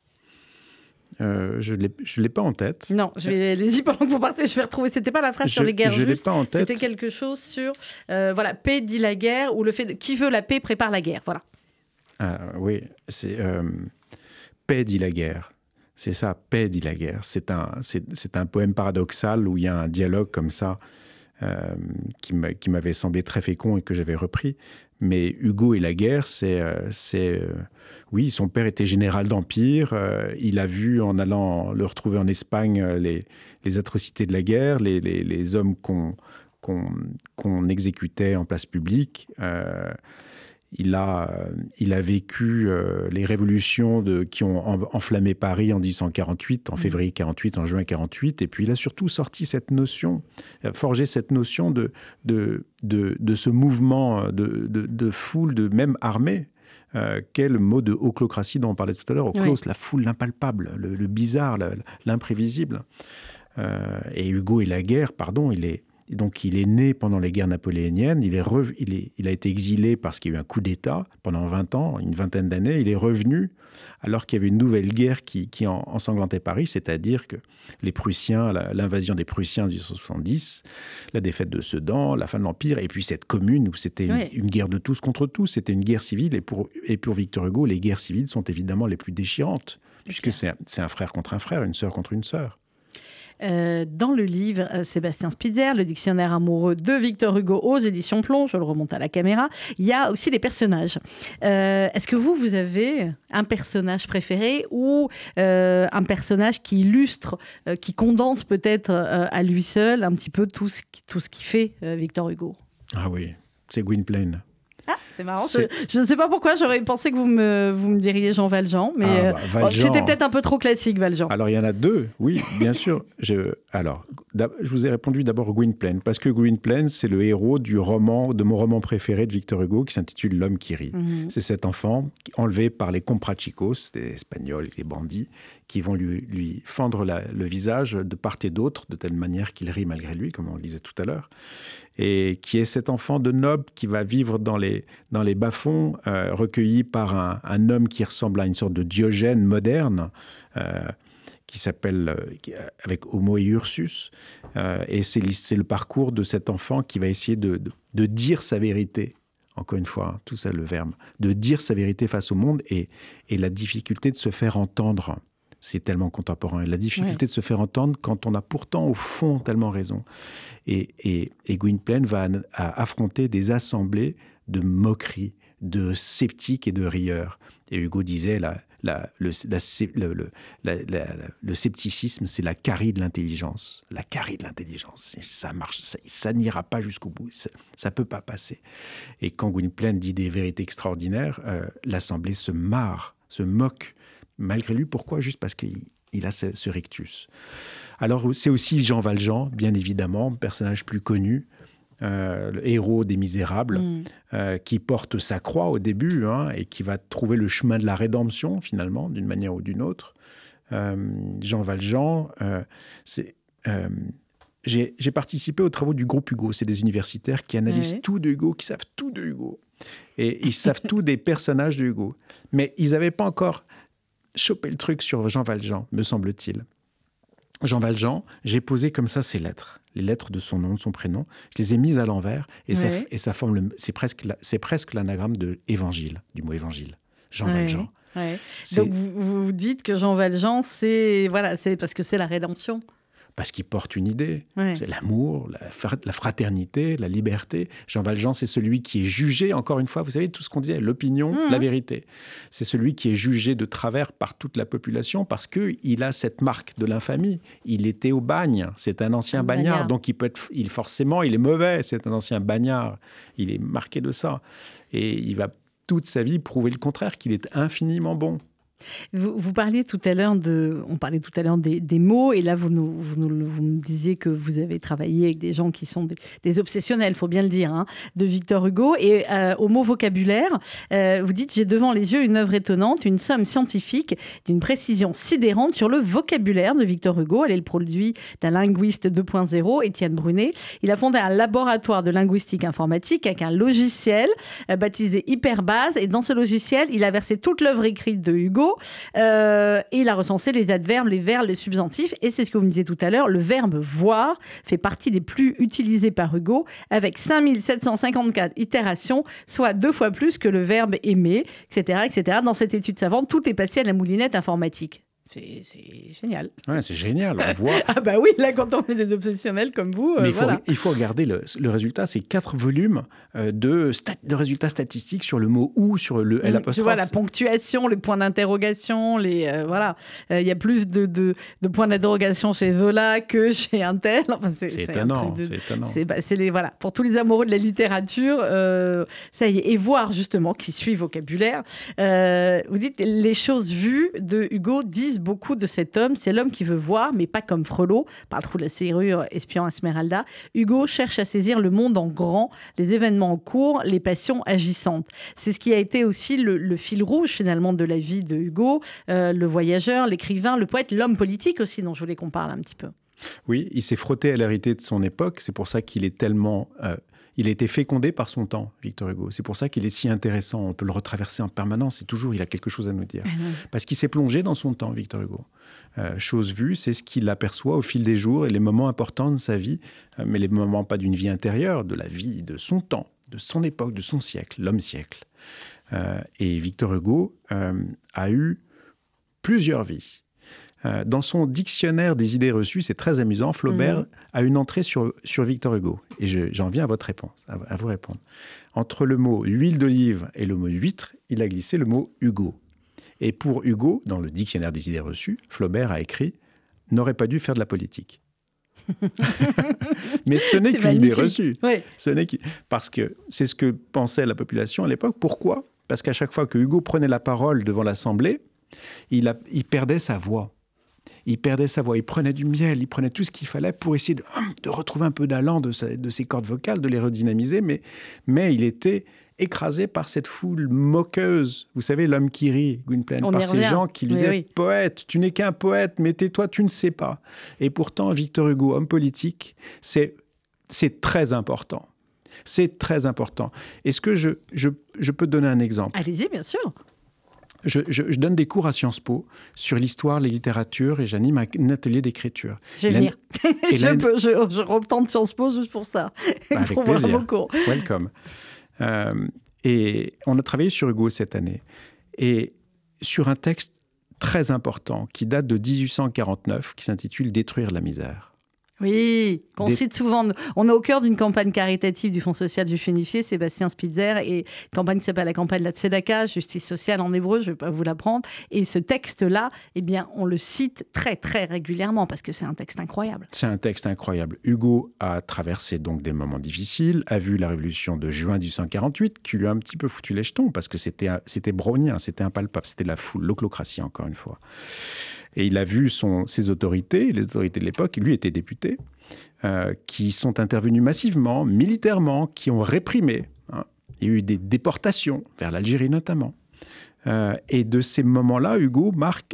Je l'ai pas en tête. Non, allez-y pendant que vous partez, je vais retrouver. C'était pas la phrase sur les guerres justes. Je l'ai pas en tête. C'était quelque chose sur paix dit la guerre, ou le fait qui veut la paix prépare la guerre. Voilà. Oui, c'est paix dit la guerre. C'est ça, paix dit la guerre. C'est un poème paradoxal où il y a un dialogue comme ça qui m'avait semblé très fécond et que j'avais repris. Mais Hugo et la guerre, oui, son père était général d'Empire. Il a vu, en allant le retrouver en Espagne, les atrocités de la guerre, les hommes qu'on exécutait en place publique. Il a vécu les révolutions qui ont enflammé Paris en 1848, en février 1948, en juin 1948. Et puis il a surtout forgé cette notion de ce mouvement de foule, de même armée, qu'est le mot de ochlocratie dont on parlait tout à l'heure. Ochlos, oui. La foule, l'impalpable, le bizarre, l'imprévisible. Et Hugo et la guerre, il est né pendant les guerres napoléoniennes, il a été exilé parce qu'il y a eu un coup d'État pendant 20 ans, une vingtaine d'années. Il est revenu alors qu'il y avait une nouvelle guerre qui ensanglantait Paris, c'est-à-dire que les Prussiens, l'invasion des Prussiens en 1870, la défaite de Sedan, la fin de l'Empire, et puis cette commune où c'était une guerre de tous contre tous, c'était une guerre civile. Et pour Victor Hugo, les guerres civiles sont évidemment les plus déchirantes, puisque c'est un frère contre un frère, une sœur contre une sœur. Dans le livre Sébastien Spitzer, le dictionnaire amoureux de Victor Hugo aux éditions Plomb, je le remonte à la caméra, il y a aussi les personnages. Est-ce que vous avez un personnage préféré ou un personnage qui illustre, qui condense peut-être à lui seul un petit peu tout ce qui fait Victor Hugo ? Ah oui, c'est Gwynplaine. Ah, c'est marrant. Je ne sais pas pourquoi, j'aurais pensé que vous me diriez Jean Valjean, mais c'était peut-être un peu trop classique, Valjean. Alors, il y en a deux, oui, bien sûr. Je vous ai répondu d'abord Gwynplaine, parce que Gwynplaine, c'est le héros de mon roman préféré de Victor Hugo, qui s'intitule L'homme qui rit. Mm-hmm. C'est cet enfant enlevé par les comprachicos, des Espagnols, les bandits, qui vont lui fendre le visage de part et d'autre, de telle manière qu'il rit malgré lui, comme on le disait tout à l'heure. Et qui est cet enfant de noble qui va vivre dans les bas-fonds, recueilli par un homme qui ressemble à une sorte de Diogène moderne, qui s'appelle, avec Homo et Ursus. Et c'est le parcours de cet enfant qui va essayer de dire sa vérité. Encore une fois, tout ça, le verbe. De dire sa vérité face au monde et la difficulté de se faire entendre. C'est tellement contemporain. La difficulté de se faire entendre quand on a pourtant, au fond, tellement raison. Et Gwynplaine va affronter des assemblées de moqueries, de sceptiques et de rieurs. Et Hugo disait, le scepticisme, c'est la carie de l'intelligence. La carie de l'intelligence, ça marche, ça n'ira pas jusqu'au bout, ça ne peut pas passer. Et quand Gwynplaine dit des vérités extraordinaires, l'Assemblée se marre, se moque, malgré lui. Pourquoi ? Juste parce qu'il a ce rictus. Alors, c'est aussi Jean Valjean, bien évidemment, personnage plus connu, le héros des Misérables, qui porte sa croix au début, et qui va trouver le chemin de la rédemption, finalement, d'une manière ou d'une autre. Jean Valjean, j'ai participé aux travaux du groupe Hugo. C'est des universitaires qui analysent tout de Hugo, qui savent tout de Hugo. Et ils savent tout des personnages de Hugo. Mais ils n'avaient pas encore chopé le truc sur Jean Valjean, me semble-t-il. Jean Valjean, j'ai posé comme ça ses lettres, les lettres de son nom, de son prénom. Je les ai mises à l'envers et ça forme c'est presque l'anagramme de évangile, du mot évangile. Jean Valjean. Ouais. Donc vous dites que Jean Valjean, c'est parce que c'est la rédemption. Parce qu'il porte une idée. C'est l'amour, la fraternité, la liberté. Jean Valjean, c'est celui qui est jugé, encore une fois, vous savez, tout ce qu'on disait, l'opinion, la vérité. C'est celui qui est jugé de travers par toute la population parce qu'il a cette marque de l'infamie. Il était au bagne, c'est un ancien bagnard, donc forcément, il est mauvais, c'est un ancien bagnard. Il est marqué de ça. Et il va toute sa vie prouver le contraire, qu'il est infiniment bon. Vous parliez tout à l'heure on parlait tout à l'heure des mots, et là vous me disiez que vous avez travaillé avec des gens qui sont des obsessionnels, il faut bien le dire, de Victor Hugo. Et au mot vocabulaire, vous dites: j'ai devant les yeux une œuvre étonnante, une somme scientifique d'une précision sidérante sur le vocabulaire de Victor Hugo. Elle est le produit d'un linguiste 2.0, Étienne Brunet. Il a fondé un laboratoire de linguistique informatique avec un logiciel baptisé Hyperbase, et dans ce logiciel, il a versé toute l'œuvre écrite de Hugo. Et il a recensé les adverbes, les verbes, les substantifs, et c'est ce que vous me disiez tout à l'heure, le verbe voir fait partie des plus utilisés par Hugo, avec 5754 itérations, soit 2 fois plus que le verbe aimer, etc., etc. Dans cette étude savante, tout est passé à la moulinette informatique. C'est génial. Ouais, c'est génial, on voit. Ah bah oui, là, quand on est des obsessionnels comme vous, mais il faut regarder le résultat, c'est 4 volumes de résultats statistiques sur le mot « ou », sur le L'. Tu vois, la ponctuation, les points d'interrogation, il y a plus de points d'interrogation chez Zola que chez un tel. Enfin, c'est étonnant. C'est étonnant. Pour tous les amoureux de la littérature, ça y est. Et voir, justement, qui suit vocabulaire. Vous dites, les choses vues de Hugo disent beaucoup de cet homme. C'est l'homme qui veut voir, mais pas comme Frollo, par le trou de la serrure, espion Esmeralda. Hugo cherche à saisir le monde en grand, les événements en cours, les passions agissantes. C'est ce qui a été aussi le fil rouge, finalement, de la vie de Hugo, le voyageur, l'écrivain, le poète, l'homme politique aussi, dont je voulais qu'on parle un petit peu. Oui, il s'est frotté à l'hérité de son époque. C'est pour ça qu'il est tellement... il a été fécondé par son temps, Victor Hugo. C'est pour ça qu'il est si intéressant. On peut le retraverser en permanence et toujours, il a quelque chose à nous dire. Parce qu'il s'est plongé dans son temps, Victor Hugo. Chose vue, c'est ce qu'il aperçoit au fil des jours et les moments importants de sa vie, mais les moments pas d'une vie intérieure, de la vie de son temps, de son époque, de son siècle, l'homme-siècle. Et Victor Hugo a eu plusieurs vies. Dans son dictionnaire des idées reçues, c'est très amusant, Flaubert a une entrée sur Victor Hugo. Et j'en viens à votre réponse, à vous répondre. Entre le mot huile d'olive et le mot huître, il a glissé le mot Hugo. Et pour Hugo, dans le dictionnaire des idées reçues, Flaubert a écrit « n'aurait pas dû faire de la politique ». Mais ce n'est qu'une idée reçue. Oui. Parce que c'est ce que pensait la population à l'époque. Pourquoi ? Parce qu'à chaque fois que Hugo prenait la parole devant l'Assemblée, il perdait sa voix. Il prenait du miel, il prenait tout ce qu'il fallait pour essayer de retrouver un peu d'allant de ses cordes vocales, de les redynamiser, mais il était écrasé par cette foule moqueuse. Vous savez, l'homme qui rit, Gwynplaine, par ces gens qui lui disaient « Poète, tu n'es qu'un poète, mais tais-toi, tu ne sais pas ». Et pourtant, Victor Hugo, homme politique, c'est très important. C'est très important. Est-ce que je peux donner un exemple ? Allez-y, bien sûr. Je donne des cours à Sciences Po sur l'histoire, les littératures, et j'anime un atelier d'écriture. Je vais venir. Je retente Sciences Po juste pour ça. Avec pour plaisir. Voir vos cours. Welcome. Et on a travaillé sur Hugo cette année. Et sur un texte très important qui date de 1849, qui s'intitule « Détruire la misère ». Oui, qu'on cite souvent. On est au cœur d'une campagne caritative du Fonds social juif unifié, Sébastien Spitzer, et une campagne qui s'appelle la campagne de la Tzedaka, justice sociale en hébreu, je ne vais pas vous l'apprendre. Et ce texte-là, eh bien, on le cite très, très régulièrement parce que c'est un texte incroyable. C'est un texte incroyable. Hugo a traversé donc des moments difficiles, a vu la révolution de juin 1848 qui lui a un petit peu foutu les jetons parce que c'était brownien, c'était impalpable, c'était la foule, l'oclocratie encore une fois. Et il a vu ses autorités, les autorités de l'époque, lui était député, qui sont intervenus massivement, militairement, qui ont réprimé. Il y a eu des déportations, vers l'Algérie notamment. Et de ces moments-là, Hugo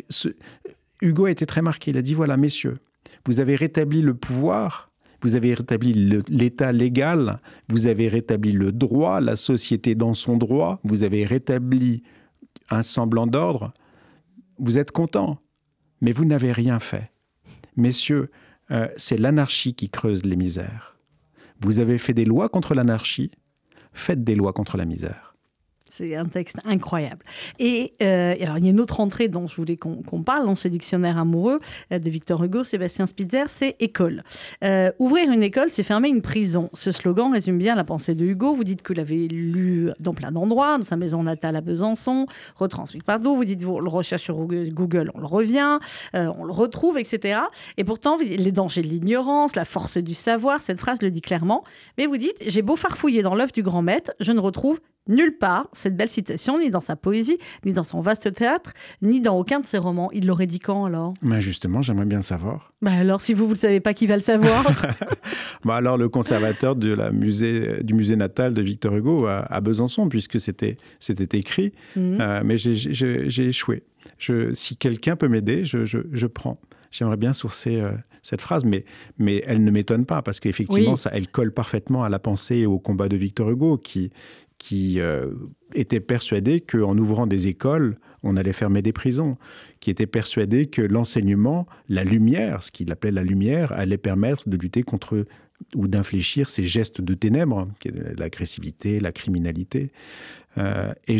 a été très marqué. Il a dit, voilà, messieurs, vous avez rétabli le pouvoir, vous avez rétabli l'état légal, vous avez rétabli le droit, la société dans son droit, vous avez rétabli un semblant d'ordre. Vous êtes contents. Mais vous n'avez rien fait. Messieurs, c'est l'anarchie qui creuse les misères. Vous avez fait des lois contre l'anarchie, faites des lois contre la misère. C'est un texte incroyable. Et alors, il y a une autre entrée dont je voulais qu'on parle dans ce dictionnaire amoureux de Victor Hugo, Sébastien Spitzer, c'est école. Ouvrir une école, c'est fermer une prison. Ce slogan résume bien la pensée de Hugo. Vous dites que vous l'avez lu dans plein d'endroits, dans sa maison natale à Besançon, retransmis partout. Vous dites, vous le recherchez sur Google, on le revient, on le retrouve, etc. Et pourtant, les dangers de l'ignorance, la force du savoir, cette phrase le dit clairement. Mais vous dites, j'ai beau farfouiller dans l'œuvre du grand maître, je ne retrouve nulle part cette belle citation, ni dans sa poésie, ni dans son vaste théâtre, ni dans aucun de ses romans. Il l'aurait dit quand, alors ? Ben justement, j'aimerais bien le savoir. Alors, si vous ne le savez pas, qui va le savoir ? Alors, le conservateur du musée natal de Victor Hugo à Besançon, puisque c'était écrit. Mais j'ai échoué. Si quelqu'un peut m'aider, je prends. J'aimerais bien sourcer cette phrase, mais elle ne m'étonne pas, parce qu'effectivement, elle colle parfaitement à la pensée et au combat de Victor Hugo, qui était persuadé qu'en ouvrant des écoles, on allait fermer des prisons, qui était persuadé que l'enseignement, la lumière, ce qu'il appelait la lumière, allait permettre de lutter contre ou d'infléchir ces gestes de ténèbres, l'agressivité, la criminalité. Et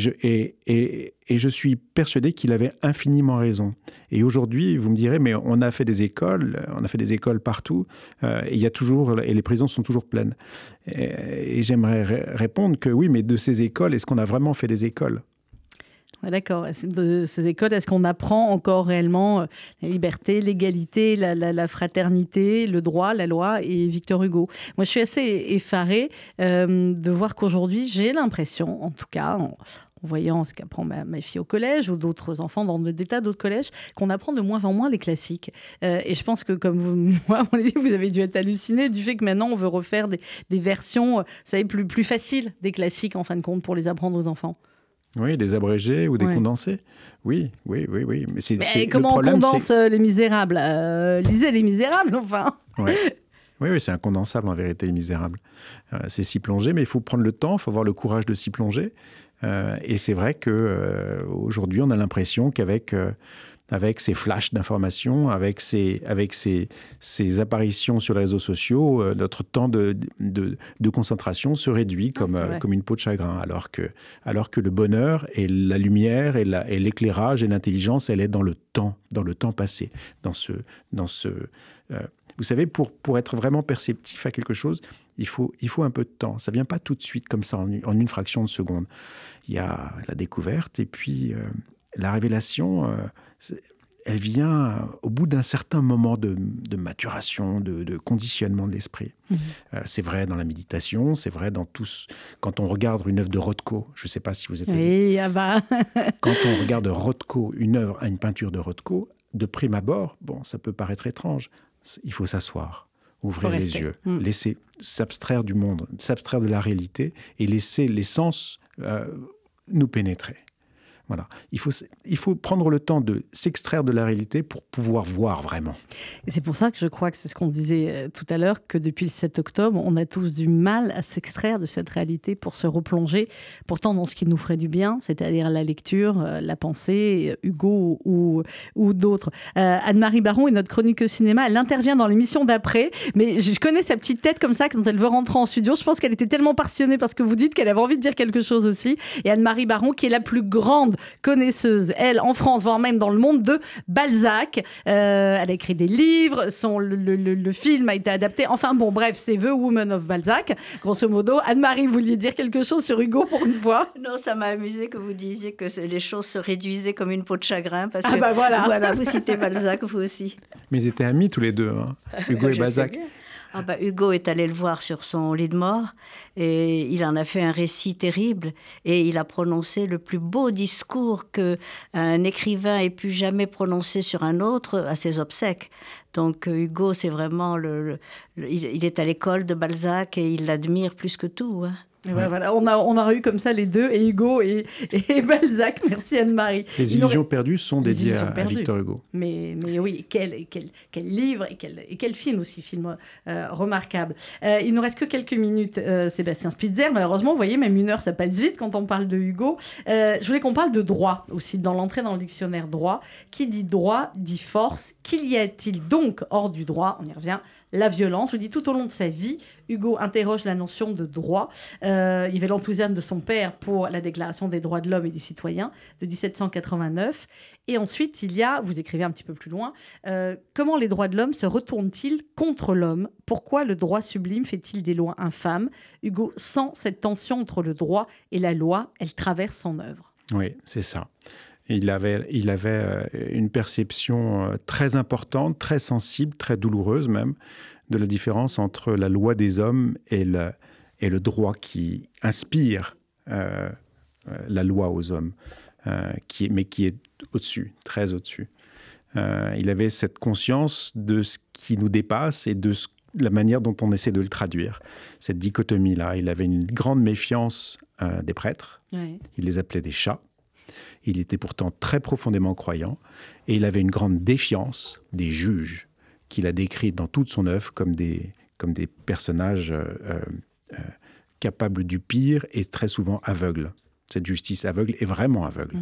je suis persuadé qu'il avait infiniment raison. Et aujourd'hui, vous me direz, mais on a fait des écoles partout, et les prisons sont toujours pleines. Et j'aimerais répondre que oui, mais de ces écoles, est-ce qu'on a vraiment fait des écoles ? D'accord. De ces écoles, est-ce qu'on apprend encore réellement la liberté, l'égalité, la fraternité, le droit, la loi et Victor Hugo ? Moi, je suis assez effarée de voir qu'aujourd'hui, j'ai l'impression, en tout cas, en voyant ce qu'apprend ma fille au collège ou d'autres enfants dans des tas d'autres collèges, qu'on apprend de moins en moins les classiques. Et je pense que, comme moi, vous avez dû être halluciné du fait que maintenant, on veut refaire des versions, vous savez, plus faciles des classiques, en fin de compte, pour les apprendre aux enfants. Oui, des abrégés ou des condensés. Oui. Mais comment on condense Les Misérables ? Lisez Les Misérables, enfin. Oui, c'est incondensable en vérité, Les Misérables. C'est s'y plonger, mais il faut prendre le temps, il faut avoir le courage de s'y plonger. Et c'est vrai qu'aujourd'hui, on a l'impression qu'avec ces flashs d'informations, avec ces apparitions sur les réseaux sociaux, notre temps de concentration se réduit comme une peau de chagrin, alors que le bonheur et la lumière et l'éclairage et l'intelligence, elle est dans le temps passé, vous savez, pour être vraiment perceptif à quelque chose, il faut un peu de temps. Ça ne vient pas tout de suite comme ça, en une fraction de seconde. Il y a la découverte et puis la révélation, elle vient au bout d'un certain moment de maturation, de conditionnement de l'esprit. C'est vrai dans la méditation, c'est vrai dans tous. Quand on regarde une œuvre de Rothko, je ne sais pas si vous êtes... Oui, Quand on regarde Rothko, une peinture de Rothko, de prime abord, ça peut paraître étrange. Il faut s'asseoir, ouvrir les yeux, laisser s'abstraire du monde, s'abstraire de la réalité et laisser les sens nous pénétrer. Voilà. Il faut prendre le temps de s'extraire de la réalité pour pouvoir voir vraiment. Et c'est pour ça que je crois que c'est ce qu'on disait tout à l'heure, que depuis le 7 octobre, on a tous du mal à s'extraire de cette réalité pour se replonger, pourtant dans ce qui nous ferait du bien, c'est-à-dire la lecture, la pensée, Hugo ou d'autres. Anne-Marie Baron est notre chroniqueuse cinéma, elle intervient dans l'émission d'après, mais je connais sa petite tête comme ça quand elle veut rentrer en studio. Je pense qu'elle était tellement passionnée par ce que vous dites qu'elle avait envie de dire quelque chose aussi. Et Anne-Marie Baron, qui est la plus grande grande connaisseuse, elle, en France, voire même dans le monde, de Balzac. Elle a écrit des livres, le film a été adapté. Enfin bon, bref, c'est The Woman of Balzac, grosso modo. Anne-Marie, vous vouliez dire quelque chose sur Hugo pour une fois ? Non, ça m'a amusé que vous disiez que les choses se réduisaient comme une peau de chagrin. Parce que, voilà, vous citez Balzac, vous aussi. Mais ils étaient amis tous les deux, hein, Hugo et Balzac. Hugo est allé le voir sur son lit de mort et il en a fait un récit terrible et il a prononcé le plus beau discours qu'un écrivain ait pu jamais prononcer sur un autre à ses obsèques. Donc Hugo, c'est vraiment il est à l'école de Balzac et il l'admire plus que tout. Hein. Ouais. Voilà, on a eu comme ça les deux, et Hugo et Balzac. Merci Anne-Marie. Les illusions perdues sont dédiées à Victor Hugo. Mais oui, quel livre et quel film aussi, film remarquable. Il nous reste que quelques minutes, Sébastien Spitzer. Malheureusement, vous voyez, même 1 heure, ça passe vite quand on parle de Hugo. Je voulais qu'on parle de droit aussi, dans l'entrée dans le dictionnaire droit. Qui dit droit dit force. Qu'il y a-t-il donc hors du droit ? On y revient. La violence. Je vous dis, tout au long de sa vie, Hugo interroge la notion de droit. Il y avait l'enthousiasme de son père pour la Déclaration des droits de l'homme et du citoyen de 1789. Et ensuite, il y a, vous écrivez un petit peu plus loin, comment les droits de l'homme se retournent-ils contre l'homme ? Pourquoi le droit sublime fait-il des lois infâmes ? Hugo sent cette tension entre le droit et la loi. Elle traverse son œuvre. Oui, c'est ça. Il avait une perception très importante, très sensible, très douloureuse même, de la différence entre la loi des hommes et le droit qui inspire la loi aux hommes, mais qui est au-dessus, très au-dessus. Il avait cette conscience de ce qui nous dépasse et de la manière dont on essaie de le traduire. Cette dichotomie-là, il avait une grande méfiance des prêtres. Ouais. Il les appelait des chats. Il était pourtant très profondément croyant et il avait une grande défiance des juges qu'il a décrits dans toute son œuvre comme des personnages capables du pire et très souvent aveugles. Cette justice aveugle est vraiment aveugle.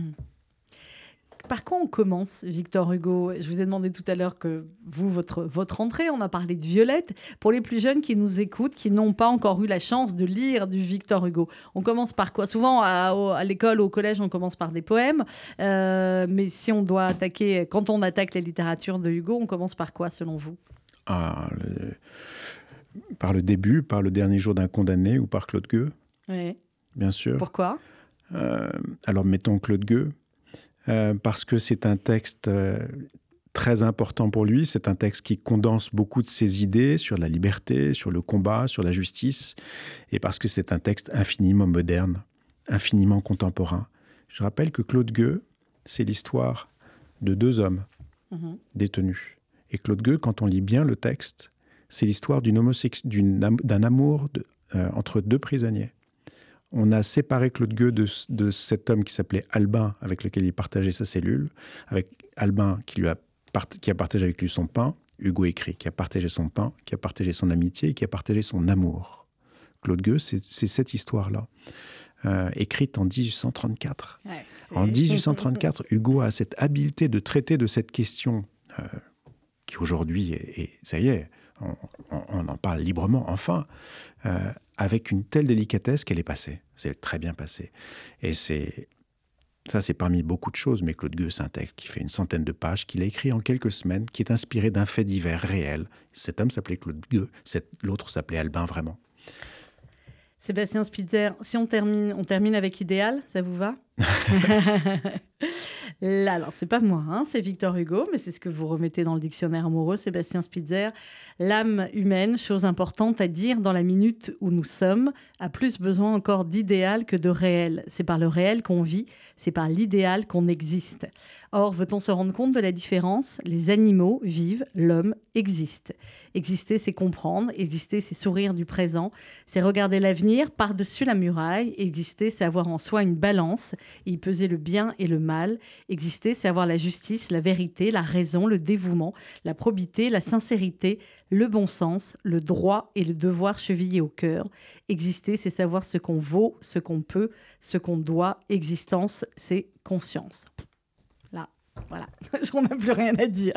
Par quoi on commence, Victor Hugo ? Je vous ai demandé tout à l'heure que vous, votre entrée, on a parlé de Violette. Pour les plus jeunes qui nous écoutent, qui n'ont pas encore eu la chance de lire du Victor Hugo, on commence par quoi ? Souvent, à l'école ou au collège, on commence par des poèmes. Mais si on doit attaquer, quand on attaque la littérature de Hugo, on commence par quoi, selon vous ? Par le début, par Le dernier jour d'un condamné ou par Claude Gueux. Oui. Bien sûr. Pourquoi ? Alors, mettons Claude Gueux. Parce que c'est un texte très important pour lui. C'est un texte qui condense beaucoup de ses idées sur la liberté, sur le combat, sur la justice, et parce que c'est un texte infiniment moderne, infiniment contemporain. Je rappelle que Claude Gueux, c'est l'histoire de 2 hommes détenus. Et Claude Gueux, quand on lit bien le texte, c'est l'histoire d'un amour entre 2 prisonniers. On a séparé Claude Gueux de cet homme qui s'appelait Albin, avec lequel il partageait sa cellule, avec Albin qui a partagé avec lui son pain. Hugo écrit, qui a partagé son pain, qui a partagé son amitié et qui a partagé son amour. Claude Gueux, c'est cette histoire-là, écrite en 1834. Ouais, en 1834, Hugo a cette habileté de traiter de cette question qui aujourd'hui, ça y est, on en parle librement, enfin, avec une telle délicatesse qu'elle est passée. C'est très bien passé. Et c'est parmi beaucoup de choses, mais Claude Gueux, c'est un texte qui fait une centaine de pages, qu'il a écrit en quelques semaines, qui est inspiré d'un fait divers réel. Cet homme s'appelait Claude Gueux, l'autre s'appelait Albin, vraiment. Sébastien Spitzer, si on termine avec Idéal, ça vous va ? Là, alors, c'est pas moi, hein, c'est Victor Hugo, mais c'est ce que vous remettez dans le dictionnaire amoureux, Sébastien Spitzer. L'âme humaine, chose importante à dire dans la minute où nous sommes, a plus besoin encore d'idéal que de réel. C'est par le réel qu'on vit, c'est par l'idéal qu'on existe. Or, veut-on se rendre compte de la différence ? Les animaux vivent, l'homme existe. Exister, c'est comprendre. Exister, c'est sourire du présent. C'est regarder l'avenir par-dessus la muraille. Exister, c'est avoir en soi une balance et y peser le bien et le mal. Exister, c'est avoir la justice, la vérité, la raison, le dévouement, la probité, la sincérité, le bon sens, le droit et le devoir chevillés au cœur. Exister, c'est savoir ce qu'on vaut, ce qu'on peut, ce qu'on doit. Existence, c'est conscience. Là, Voilà, on n'a plus rien à dire.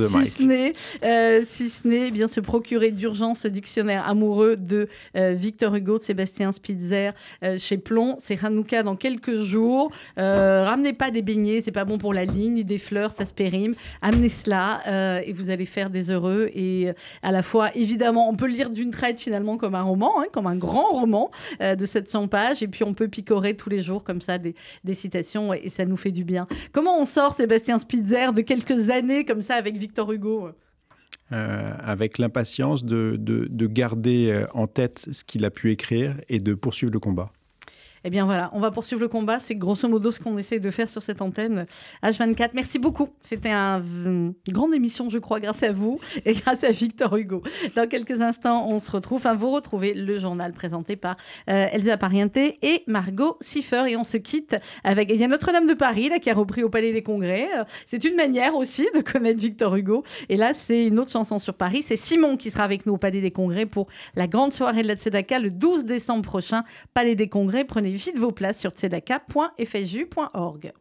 Si ce n'est bien se procurer d'urgence ce dictionnaire amoureux de Victor Hugo, de Sébastien Spitzer chez Plon. C'est Hanouka dans quelques jours. Ramenez pas des beignets, c'est pas bon pour la ligne, ni des fleurs, ça se périme. Amenez cela et vous allez faire des heureux. Et à la fois, évidemment, on peut le lire d'une traite finalement comme un roman, comme un grand roman de 700 pages. Et puis on peut picorer tous les jours comme ça des citations et ça nous fait du bien. Comment on sort Sébastien Spitzer de quelques années comme ça avec Victor Hugo ? Avec l'impatience de garder en tête ce qu'il a pu écrire et de poursuivre le combat. Eh bien voilà, on va poursuivre le combat. C'est grosso modo ce qu'on essaye de faire sur cette antenne H24. Merci beaucoup. C'était une grande émission, je crois, grâce à vous et grâce à Victor Hugo. Dans quelques instants, on se retrouve. Enfin, vous retrouvez le journal présenté par Elsa Pariente et Margot Siffer. Et on se quitte avec... Il y a Notre-Dame de Paris là, qui a repris au Palais des Congrès. C'est une manière aussi de connaître Victor Hugo. Et là, c'est une autre chanson sur Paris. C'est Simon qui sera avec nous au Palais des Congrès pour la grande soirée de la Tzedaka le 12 décembre prochain. Palais des Congrès, prenez vite vos places sur tzedaka.fju.org.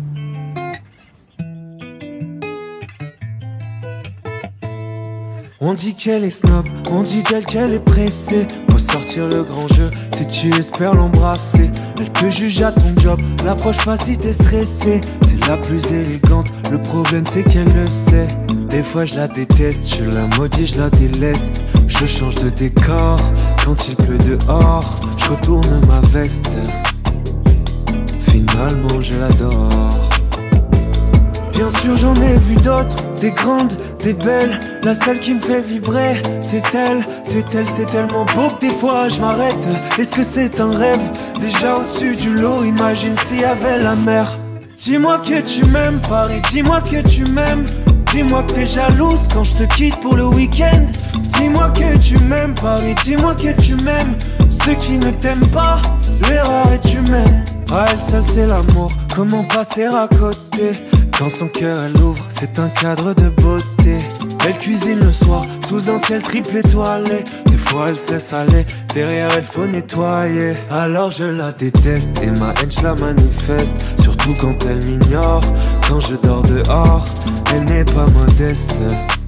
On dit qu'elle est snob, on dit d'elle qu'elle est pressée. Faut sortir le grand jeu si tu espères l'embrasser. Elle te juge à ton job, l'approche pas si t'es stressé. C'est la plus élégante, le problème c'est qu'elle le sait. Des fois je la déteste, je la maudis, je la délaisse. Je change de décor, quand il pleut dehors je retourne ma veste. Finalement je l'adore. Bien sûr j'en ai vu d'autres, des grandes, des belles. La seule qui me fait vibrer, c'est elle, c'est tellement beau que des fois je m'arrête. Est-ce que c'est un rêve, déjà au-dessus du lot, imagine s'il y avait la mer. Dis-moi que tu m'aimes Paris, dis-moi que tu m'aimes. Dis-moi que t'es jalouse quand je te quitte pour le week-end. Dis-moi que tu m'aimes Paris, dis-moi que tu m'aimes. Ceux qui ne t'aiment pas, l'erreur est humaine. Ah elle seule c'est l'amour, comment passer à côté. Dans son cœur elle ouvre, c'est un cadre de beauté. Elle cuisine le soir, sous un ciel triple étoilé. Des fois elle sait saler, derrière elle faut nettoyer. Alors je la déteste et ma haine je la manifeste. Surtout quand elle m'ignore, quand je dors dehors. Elle n'est pas modeste,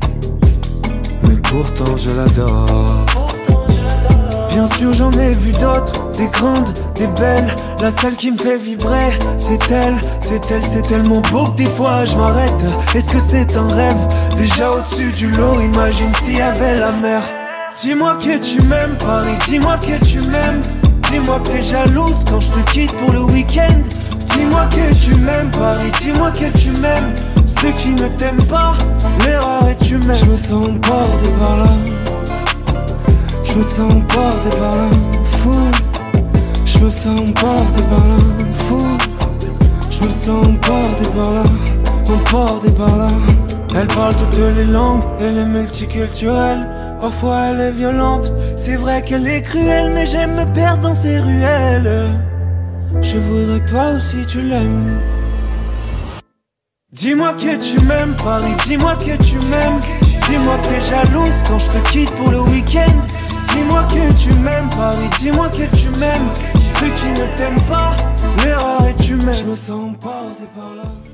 mais pourtant je l'adore. Bien sûr j'en ai vu d'autres, des grandes, des belles. La seule qui me fait vibrer, c'est elle, c'est tellement beau que des fois je m'arrête. Est-ce que c'est un rêve, déjà au-dessus du lot, imagine s'il y avait la mer. Dis-moi que tu m'aimes Paris, dis-moi que tu m'aimes. Dis-moi que t'es jalouse quand je te quitte pour le week-end. Dis-moi que tu m'aimes Paris, dis-moi que tu m'aimes. Ceux qui ne t'aiment pas, l'erreur est humaine. Je me sens emporté par là, je me sens emporté par là, fou. Je me sens emporté par là, fou. Je me sens emporté par là, emporté par là. Elle parle toutes les langues, elle est multiculturelle. Parfois elle est violente, c'est vrai qu'elle est cruelle. Mais j'aime me perdre dans ses ruelles. Je voudrais que toi aussi tu l'aimes. Dis-moi que tu m'aimes Paris, dis-moi que tu m'aimes. Dis-moi que t'es jalouse quand je te quitte pour le week-end. Dis-moi que tu m'aimes Paris, dis-moi que tu m'aimes. Ceux qui ne t'aiment pas, l'erreur est humaine. Je me sens emporté par là.